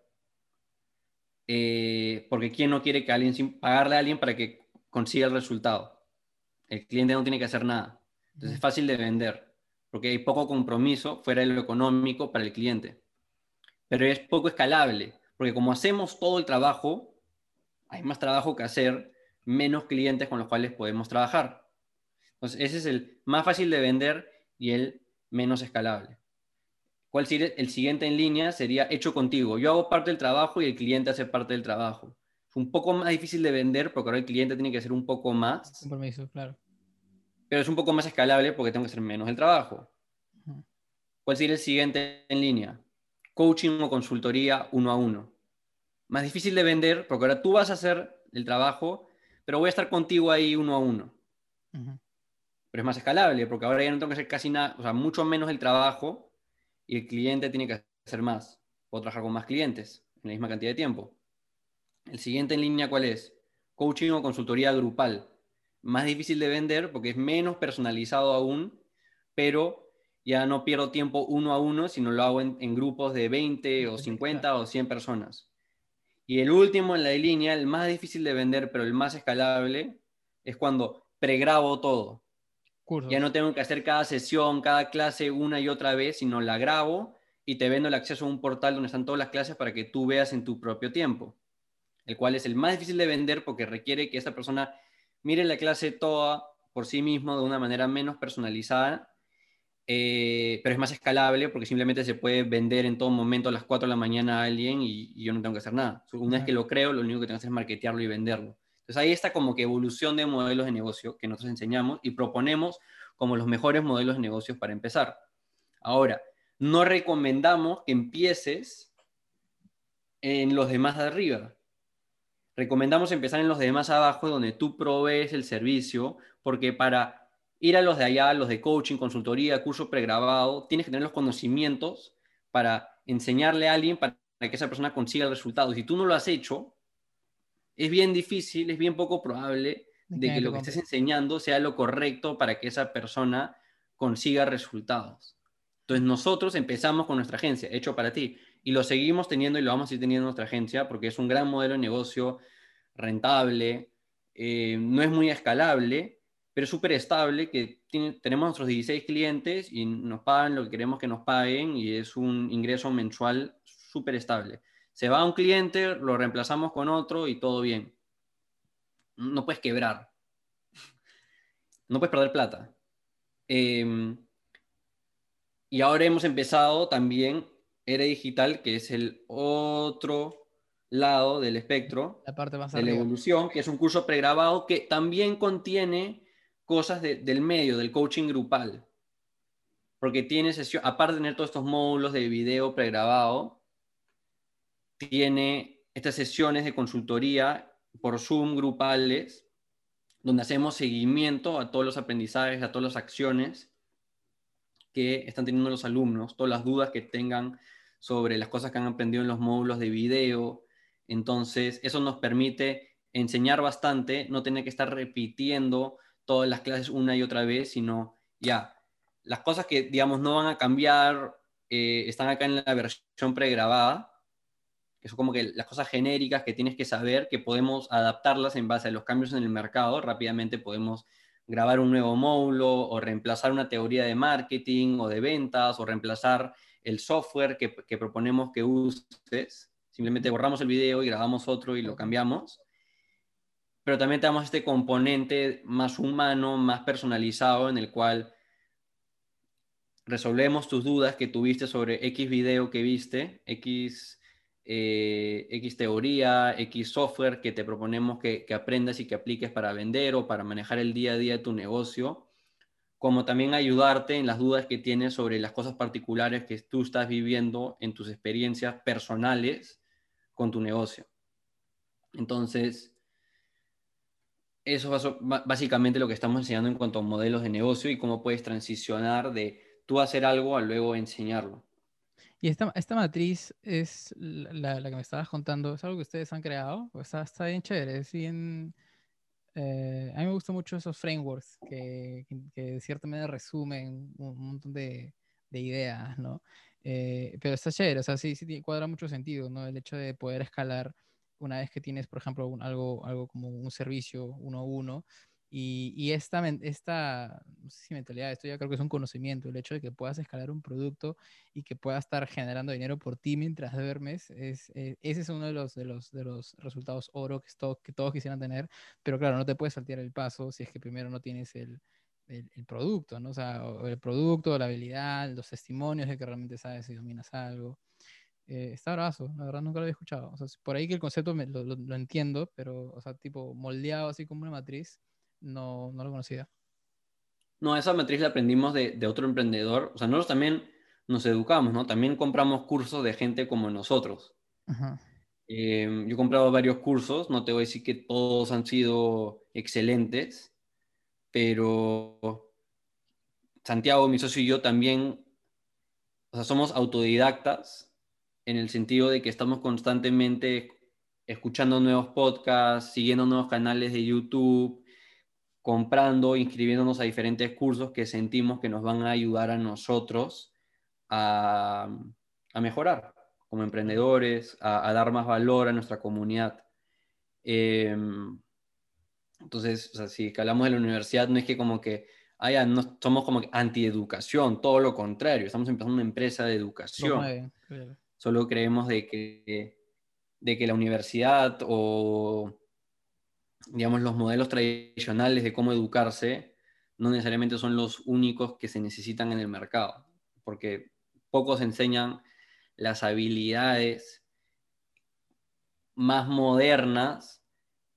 eh, porque ¿quién no quiere que alguien, sin pagarle a alguien para que consiga el resultado? El cliente no tiene que hacer nada. Entonces Ujú. es fácil de vender, porque hay poco compromiso fuera de lo económico para el cliente. Pero es poco escalable, porque como hacemos todo el trabajo, hay más trabajo que hacer, menos clientes con los cuales podemos trabajar. Entonces ese es el más fácil de vender y el menos escalable. ¿Cuál sería el siguiente en línea? Sería hecho contigo. Yo hago parte del trabajo y el cliente hace parte del trabajo. Es un poco más difícil de vender porque ahora el cliente tiene que hacer un poco más, Compromiso, claro. pero es un poco más escalable porque tengo que hacer menos el trabajo. Ujú. ¿Cuál sería el siguiente en línea? Coaching o consultoría uno a uno. Más difícil de vender porque ahora tú vas a hacer el trabajo, pero voy a estar contigo ahí uno a uno. Ujú. Pero es más escalable porque ahora ya no tengo que hacer casi nada, o sea, mucho menos el trabajo, y el cliente tiene que hacer más. Puedo trabajar con más clientes en la misma cantidad de tiempo. El siguiente en línea, ¿cuál es? Coaching o consultoría grupal. Más difícil de vender porque es menos personalizado aún, pero ya no pierdo tiempo uno a uno, sino lo hago en, en grupos de veinte o Claro. cincuenta o cien personas. Y el último en la línea, el más difícil de vender, pero el más escalable, es cuando pregrabo todo. Ya no Cursos. tengo que hacer cada sesión, cada clase una y otra vez, sino la grabo y te vendo el acceso a un portal donde están todas las clases para que tú veas en tu propio tiempo, el cual es el más difícil de vender porque requiere que esta persona mire la clase toda por sí mismo de una manera menos personalizada, eh, pero es más escalable porque simplemente se puede vender en todo momento a las cuatro de la mañana a alguien y, y yo no tengo que hacer nada. Una vez que Exacto. lo creo, lo único que tengo que hacer es marketearlo y venderlo. Entonces ahí está como que evolución de modelos de negocio que nosotros enseñamos y proponemos como los mejores modelos de negocios para empezar. Ahora, no recomendamos que empieces en los demás de arriba. Recomendamos empezar en los de más abajo, donde tú provees el servicio, porque para ir a los de allá, los de coaching, consultoría, curso pregrabado, tienes que tener los conocimientos para enseñarle a alguien para que esa persona consiga el resultado. Si tú no lo has hecho, es bien difícil, es bien poco probable De que de que nadie te lo que estés compre. enseñando sea lo correcto para que esa persona consiga resultados. Entonces nosotros empezamos con nuestra agencia, hecho para ti, y lo seguimos teniendo y lo vamos a ir teniendo en nuestra agencia porque es un gran modelo de negocio rentable, eh, no es muy escalable, pero es súper estable, que tiene, tenemos nuestros dieciséis clientes y nos pagan lo que queremos que nos paguen y es un ingreso mensual súper estable. Se va un cliente, lo reemplazamos con otro y todo bien. No puedes quebrar, no puedes perder plata. Eh, y ahora hemos empezado también Era Digital, que es el otro lado del espectro La parte más de la arriba. evolución, que es un curso pregrabado que también contiene cosas de, del medio, del coaching grupal. Porque tiene sesión, aparte de tener todos estos módulos de video pregrabado, tiene estas sesiones de consultoría por Zoom grupales, donde hacemos seguimiento a todos los aprendizajes, a todas las acciones que están teniendo los alumnos, todas las dudas que tengan sobre las cosas que han aprendido en los módulos de video. Entonces, eso nos permite enseñar bastante, no tener que estar repitiendo todas las clases una y otra vez, sino ya, las cosas que, digamos, no van a cambiar, eh, están acá en la versión pregrabada, que son como que las cosas genéricas que tienes que saber, que podemos adaptarlas en base a los cambios en el mercado. Rápidamente podemos grabar un nuevo módulo o reemplazar una teoría de marketing o de ventas o reemplazar el software que, que proponemos que uses. Simplemente borramos el video y grabamos otro y lo Otro. cambiamos. Pero también tenemos este componente más humano, más personalizado, en el cual resolvemos tus dudas que tuviste sobre X video que viste, X, eh, X teoría, X software que te proponemos que, que aprendas y que apliques para vender o para manejar el día a día de tu negocio, como también ayudarte en las dudas que tienes sobre las cosas particulares que tú estás viviendo en tus experiencias personales con tu negocio. Entonces, eso es básicamente lo que estamos enseñando en cuanto a modelos de negocio y cómo puedes transicionar de tú hacer algo a luego enseñarlo. Y esta, esta matriz es la, la- la que me estabas contando, ¿es algo que ustedes han creado? O está, está bien chévere, es bien... eh, a mí me gustan mucho esos frameworks que, que, que de cierta manera resumen un, un montón de, de ideas, ¿no? Eh, pero está chévere, o sea, sí, sí tiene- cuadra mucho sentido, ¿no? El hecho de poder escalar una vez que tienes, por ejemplo, un- algo, algo como un servicio uno a uno. Y, y esta, men- esta, no sé si mentalidad, esto ya creo que es un conocimiento, el hecho de que puedas escalar un producto y que pueda estar generando dinero por ti mientras duermes, es, eh, ese es uno de los, de los, de los resultados oro que, esto- que todos quisieran tener, pero claro, no te puedes saltear el paso si es que primero no tienes el, el, el producto, ¿no? O sea, o el producto, la habilidad, los testimonios de que realmente sabes y dominas algo. Eh, está bravazo, la verdad nunca lo había escuchado. O sea, por ahí que el concepto me- lo, lo- lo entiendo, pero, o sea, tipo moldeado así como una matriz, no, no lo conocía. No, esa matriz la aprendimos de, de otro emprendedor. O sea, nosotros también nos educamos, ¿no? También compramos cursos de gente como nosotros. Ajá. Eh, yo he comprado varios cursos, no te voy a decir que todos han sido excelentes, pero Santiago, mi socio y yo también, o sea, somos autodidactas en el sentido de que estamos constantemente escuchando nuevos podcasts, siguiendo nuevos canales de YouTube, comprando, inscribiéndonos a diferentes cursos que sentimos que nos van a ayudar a nosotros a, a mejorar como emprendedores, a, a, dar más valor a nuestra comunidad. Eh, entonces, o sea, si hablamos de la universidad, no es que como que ah, ya, no somos como que antieducación, todo lo contrario, estamos empezando una empresa de educación. Promueve, claro. Solo creemos de que, de que la universidad o digamos, los modelos tradicionales de cómo educarse no necesariamente son los únicos que se necesitan en el mercado, porque pocos enseñan las habilidades más modernas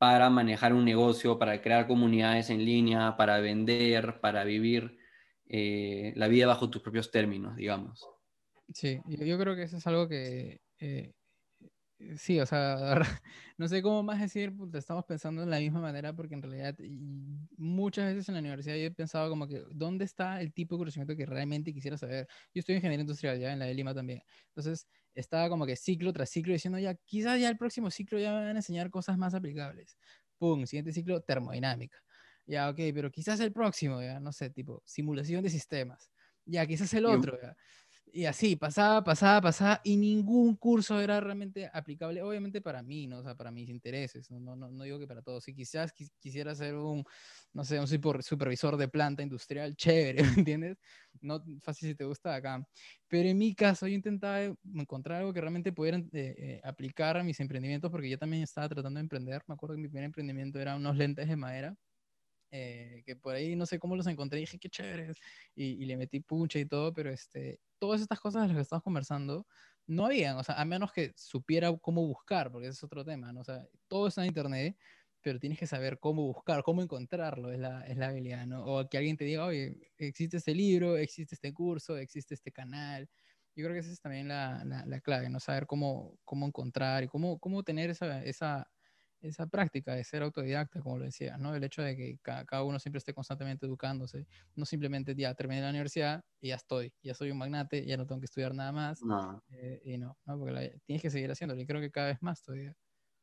para manejar un negocio, para crear comunidades en línea, para vender, para vivir eh, la vida bajo tus propios términos, digamos. Sí, yo, yo creo que eso es algo que, eh, sí, o sea, no sé cómo más decir, puta, estamos pensando en la misma manera porque en realidad y muchas veces en la universidad yo he pensado como que, ¿dónde está el tipo de conocimiento que realmente quisiera saber? Yo estoy en ingeniería industrial, ya en la de Lima también. Entonces, estaba como que ciclo tras ciclo diciendo, ya, quizás ya el próximo ciclo ya me van a enseñar cosas más aplicables. Pum, siguiente ciclo, termodinámica. Ya, ok, pero quizás el próximo, ya, no sé, tipo, simulación de sistemas. Ya, quizás el Y, otro, ya. Y así, pasaba, pasaba, pasaba, y ningún curso era realmente aplicable, obviamente para mí, ¿no? O sea, para mis intereses, no, no, no, no digo que para todos. Si quizás quis- quisiera ser un, no sé, un super- supervisor de planta industrial, chévere, ¿me entiendes? No fácil si te gusta acá. Pero en mi caso, yo intentaba eh, encontrar algo que realmente pudiera eh, eh, aplicar a mis emprendimientos, porque yo también estaba tratando de emprender. Me acuerdo que mi primer emprendimiento era unos lentes de madera eh, que por ahí no sé cómo los encontré y dije, qué chéveres, y, y le metí pucha y todo, pero este, todas estas cosas de las que estamos conversando no habían, o sea, a menos que supiera cómo buscar, porque ese es otro tema, ¿no? O sea, todo está en internet, pero tienes que saber cómo buscar, cómo encontrarlo, es la, es la habilidad, ¿no? O que alguien te diga, oye, existe este libro, existe este curso, existe este canal. Yo creo que esa es también la, la, la clave, ¿no? Saber cómo, cómo encontrar y cómo, cómo tener esa, esa esa práctica de ser autodidacta, como lo decía, ¿no? El hecho de que ca cada uno siempre esté constantemente educándose, no simplemente ya terminé la universidad y ya estoy, ya soy un magnate, ya no tengo que estudiar nada más, no, eh, y no, ¿no? Porque la- tienes que seguir haciéndolo y creo que cada vez más todavía.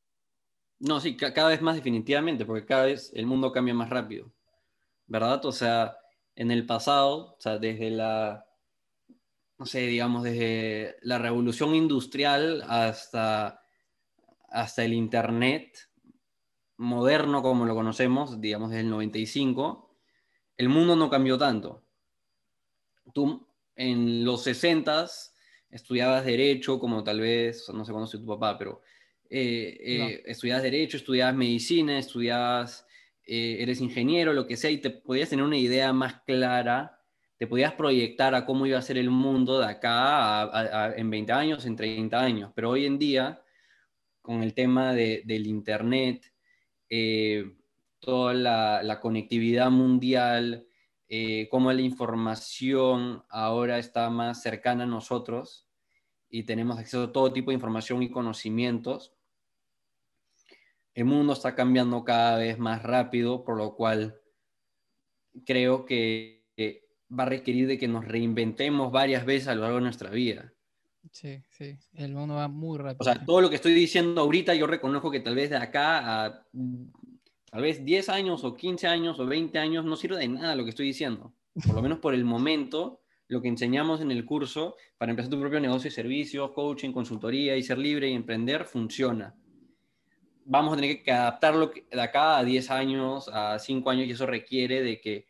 no, sí, ca- cada vez más definitivamente, porque cada vez el mundo cambia más rápido, ¿verdad? O sea, en el pasado, o sea, desde la, no sé, digamos, desde la revolución industrial hasta, hasta el Internet moderno como lo conocemos, digamos, desde el noventa y cinco, el mundo no cambió tanto. Tú en los sesentas estudiabas derecho, como tal vez, no sé cuándo soy tu papá, pero eh, Y va. eh, estudiabas derecho, estudiabas medicina, estudiabas, eh, eres ingeniero, lo que sea, y te podías tener una idea más clara, te podías proyectar a cómo iba a ser el mundo de acá a, a, a, en veinte años, en treinta años. Pero hoy en día, con el tema de, del Internet, eh, toda la, la, conectividad mundial, eh, cómo la información ahora está más cercana a nosotros y tenemos acceso a todo tipo de información y conocimientos. El mundo está cambiando cada vez más rápido, por lo cual creo que va a requerir de que nos reinventemos varias veces a lo largo de nuestra vida. Sí, sí, el mundo va muy O rápido. sea, todo lo que estoy diciendo ahorita, yo reconozco que tal vez de acá a tal vez diez años o quince años o veinte años no sirve de nada lo que estoy diciendo. Por lo menos por el momento, lo que enseñamos en el curso para empezar tu propio negocio y servicios, coaching, consultoría y ser libre y emprender, funciona. Vamos a tener que adaptarlo de acá a diez años, a cinco años, y eso requiere de que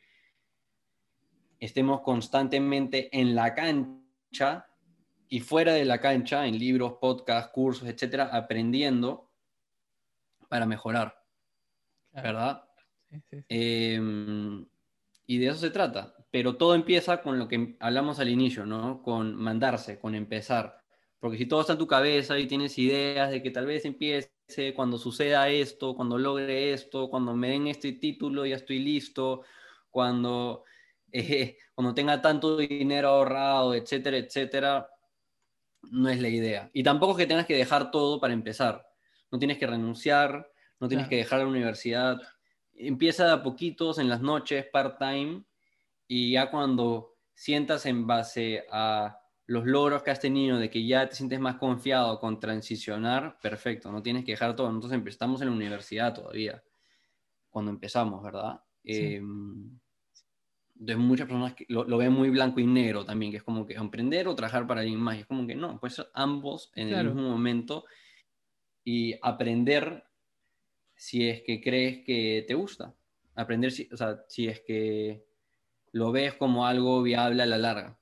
estemos constantemente en la cancha y fuera de la cancha, en libros, podcasts, cursos, etcétera, aprendiendo para mejorar, Claro, ¿verdad? sí, sí, sí. Eh, y de eso se trata. Pero todo empieza con lo que hablamos al inicio, ¿no? Con mandarse, con empezar. Porque si todo está en tu cabeza y tienes ideas de que tal vez empiece cuando suceda esto, cuando logre esto, cuando me den este título ya estoy listo, cuando, eh, cuando tenga tanto dinero ahorrado, etcétera, etcétera, no es la idea. Y tampoco es que tengas que dejar todo para empezar. No tienes que renunciar, no tienes que Claro, dejar la universidad. Empieza de a poquitos en las noches, part-time, y ya cuando sientas en base a los logros que has tenido, de que ya te sientes más confiado con transicionar, perfecto, no tienes que dejar todo. Nosotros estamos en la universidad todavía, cuando empezamos, ¿verdad? sí, Eh, entonces muchas personas que lo, lo, ven muy blanco y negro también, que es como que emprender o trabajar para alguien más. Y es como que no, pues ambos en el claro. mismo momento y aprender si es que crees que te gusta. Aprender, si, o sea, si es que lo ves como algo viable a la larga.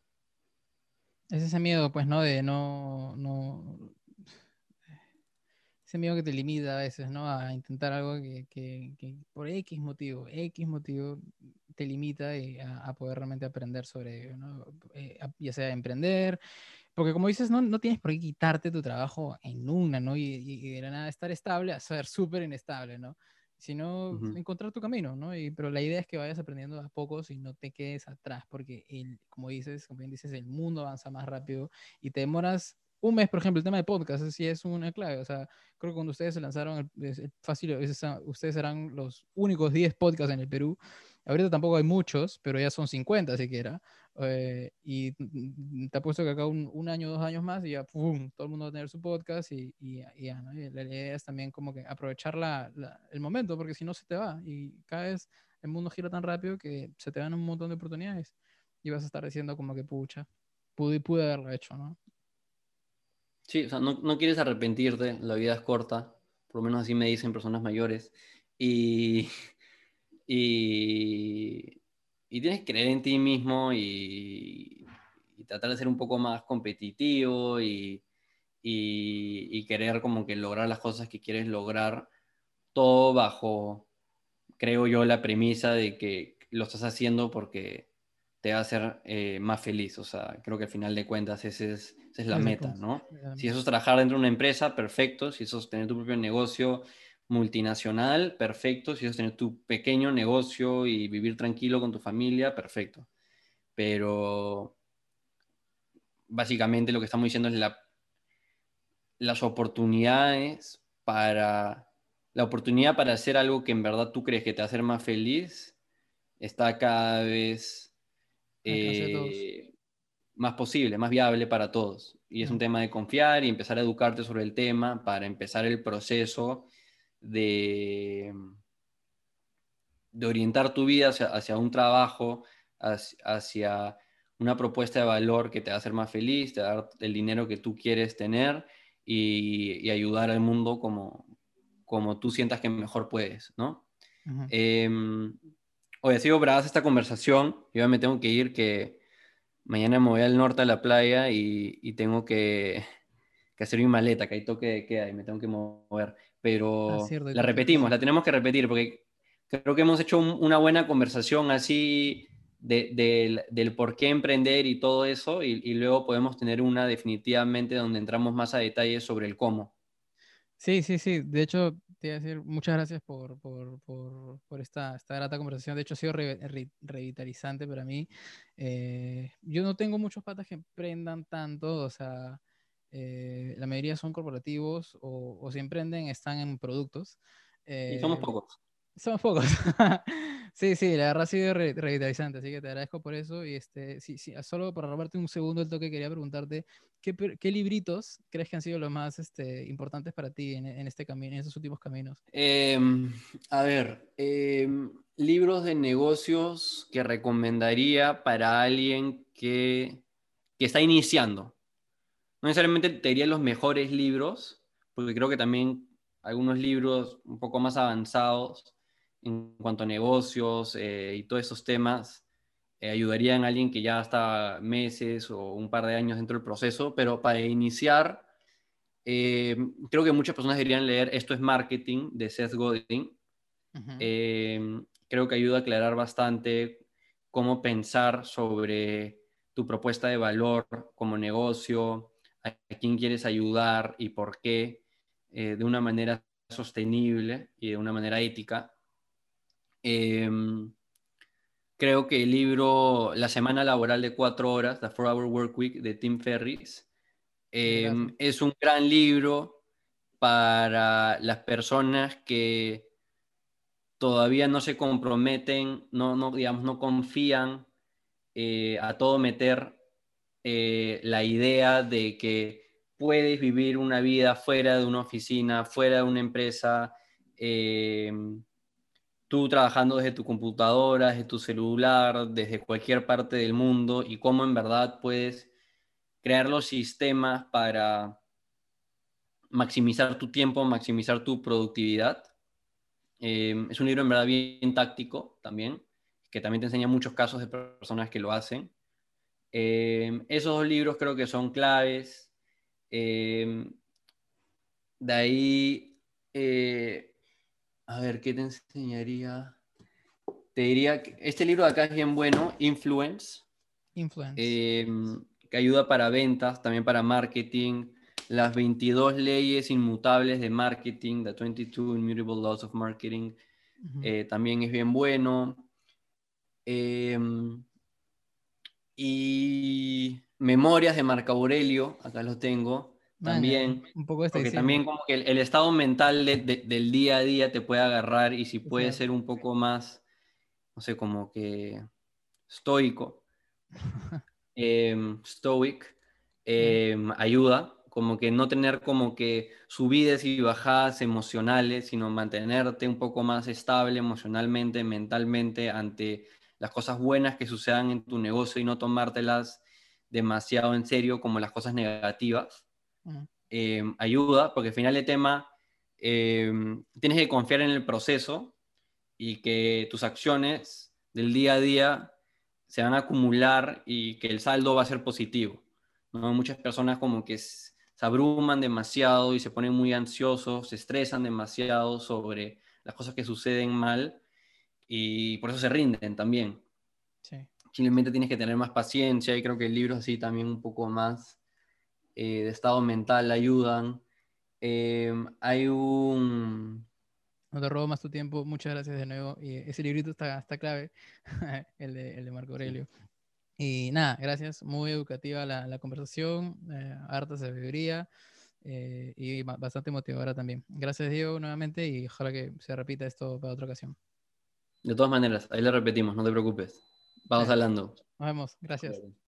Es ese miedo, pues, ¿no? De no, no, ese miedo que te limita a veces, ¿no? A intentar algo que, que, que por X motivo, X motivo te limita y a, a poder realmente aprender sobre ello, ¿no? Eh, a- ya sea emprender, porque como dices, no, no tienes por qué quitarte tu trabajo en una, ¿no? Y, y- y de la nada estar estable a ser súper inestable, ¿no? sino Ujú. encontrar tu camino, ¿no? Y, pero la idea es que vayas aprendiendo a pocos y no te quedes atrás, porque el, como dices, como bien dices, el mundo avanza más rápido y te demoras un mes, por ejemplo, el tema de podcast, sí es una clave. O sea, creo que cuando ustedes se lanzaron, el- es- es fácil, es- ustedes eran los únicos diez podcasts en el Perú. Ahorita tampoco hay muchos, pero ya son cincuenta siquiera. Eh, y mm, te apuesto que acá un, un año, dos años más y ya, ¡pum!, todo el mundo va a tener su podcast y, y, y ya, ¿no? Y la idea es también como que aprovechar la, la- el momento, porque si no se te va y cada vez el mundo gira tan rápido que se te van un montón de oportunidades y vas a estar diciendo como que, pucha, pude, pude haberlo hecho, ¿no? Sí, o sea, no, no quieres arrepentirte, la vida es corta, por lo menos así me dicen personas mayores, y, y, y tienes que creer en ti mismo y, y tratar de ser un poco más competitivo y, y, y querer como que lograr las cosas que quieres lograr, todo bajo, creo yo, la premisa de que lo estás haciendo porque te va a hacer eh, más feliz. O sea, creo que al final de cuentas ese es, esa es la Ese es el meta, punto. ¿no? Si eso Realmente. es trabajar dentro de una empresa, perfecto. Si eso es tener tu propio negocio multinacional, perfecto. Si eso es tener tu pequeño negocio y vivir tranquilo con tu familia, perfecto. Pero básicamente lo que estamos diciendo es la, las oportunidades para... La oportunidad para hacer algo que en verdad tú crees que te va a hacer más feliz está cada vez Al alcance de todos. eh, más posible, más viable para todos. Y es un No. tema de confiar y empezar a educarte sobre el tema para empezar el proceso de, de orientar tu vida hacia, hacia un trabajo, hacia, hacia, una propuesta de valor que te va a hacer más feliz, te va a dar el dinero que tú quieres tener y, y ayudar al mundo como, como tú sientas que mejor puedes, ¿no? Ujú. Eh, Oye, ha sido brava esta conversación. Yo ya me tengo que ir, que mañana me voy al norte a la playa y, y tengo que, que hacer mi maleta, que hay toque de queda y me tengo que mover. Ah, Pero cierto, y la toque de repetimos, queda. la tenemos que repetir porque creo que hemos hecho un- una buena conversación así de- del del por qué emprender y todo eso y, y luego podemos tener una definitivamente donde entramos más a detalle sobre el cómo. Sí, sí, sí. De hecho, te iba a decir muchas gracias por, por, por, por esta, esta grata conversación. De hecho, ha sido re- re- revitalizante para mí. Eh, yo no tengo muchos patas que emprendan tanto, o sea, eh, la mayoría son corporativos o, o si emprenden están en productos. Y somos Eh, pocos. Somos pocos. Sí, sí, la verdad ha sido re- revitalizante, así que te agradezco por eso. Y este, sí, sí, solo para robarte un segundo el toque, quería preguntarte, ¿qué, per- qué libritos crees que han sido los más este, importantes para ti en, en este camino, en estos últimos caminos? Eh, a ver, eh, libros de negocios que recomendaría para alguien que, que está iniciando. No necesariamente te diría los mejores libros, porque creo que también algunos libros un poco más avanzados en cuanto a negocios eh, y todos esos temas eh, ayudarían a alguien que ya está meses o un par de años dentro del proceso, pero para iniciar, eh, creo que muchas personas deberían leer Esto es Marketing de Seth Godin. Ujú. Eh, Creo que ayuda a aclarar bastante cómo pensar sobre tu propuesta de valor como negocio, a quién quieres ayudar y por qué, eh, de una manera sostenible y de una manera ética. Eh, Creo que el libro La semana laboral de cuatro horas, The Four Hour Work Week de Tim Ferriss, eh, Librazo. es un gran libro para las personas que todavía no se comprometen, no, no, digamos, no confían eh, a todo meter eh, la idea de que puedes vivir una vida fuera de una oficina, fuera de una empresa, eh, tú trabajando desde tu computadora, desde tu celular, desde cualquier parte del mundo y cómo en verdad puedes crear los sistemas para maximizar tu tiempo, maximizar tu productividad. Eh, es un libro en verdad bien táctico también, que también te enseña muchos casos de personas que lo hacen. Eh, esos dos libros creo que son claves. Eh, de ahí, eh, a ver, ¿qué te enseñaría? Te diría que este libro de acá es bien bueno, Influence, Influence. eh, que ayuda para ventas, también para marketing, las veintidós leyes inmutables de marketing, The veintidós Immutable Laws of Marketing, Ujú. eh, también es bien bueno. Eh, y Memorias de Marco Aurelio, acá lo tengo, Man, ya, también, un poco de porque estoicismo. también como que el, el estado mental de- de- del día a día te puede agarrar y si O puede sea, ser un poco más, no sé, como que estoico, eh, stoic, ya, eh, ayuda, como que no tener como que subidas y bajadas emocionales, sino mantenerte un poco más estable emocionalmente, mentalmente, ante las cosas buenas que sucedan en tu negocio y no tomártelas demasiado en serio como las cosas negativas. ujú, Eh, ayuda, porque al final de tema eh, tienes que confiar en el proceso y que tus acciones del día a día se van a acumular y que el saldo va a ser positivo, ¿no? Muchas personas como que se abruman demasiado y se ponen muy ansiosos, se estresan demasiado sobre las cosas que suceden mal y por eso se rinden también. sí. Simplemente tienes que tener más paciencia y creo que libros así también un poco más eh, de estado mental ayudan. Eh, hay un... No te robo más tu tiempo. Muchas gracias de nuevo. Y ese librito está, está clave, el de, el de Marco Sí. Aurelio. Y nada, gracias. Muy educativa la, la conversación, eh, harta sabiduría eh, y ba- bastante motivadora también. Gracias, Diego, nuevamente y ojalá que se repita esto para otra ocasión. De todas maneras, ahí lo repetimos, no te preocupes. Vamos Dale, hablando. nos vemos. Gracias.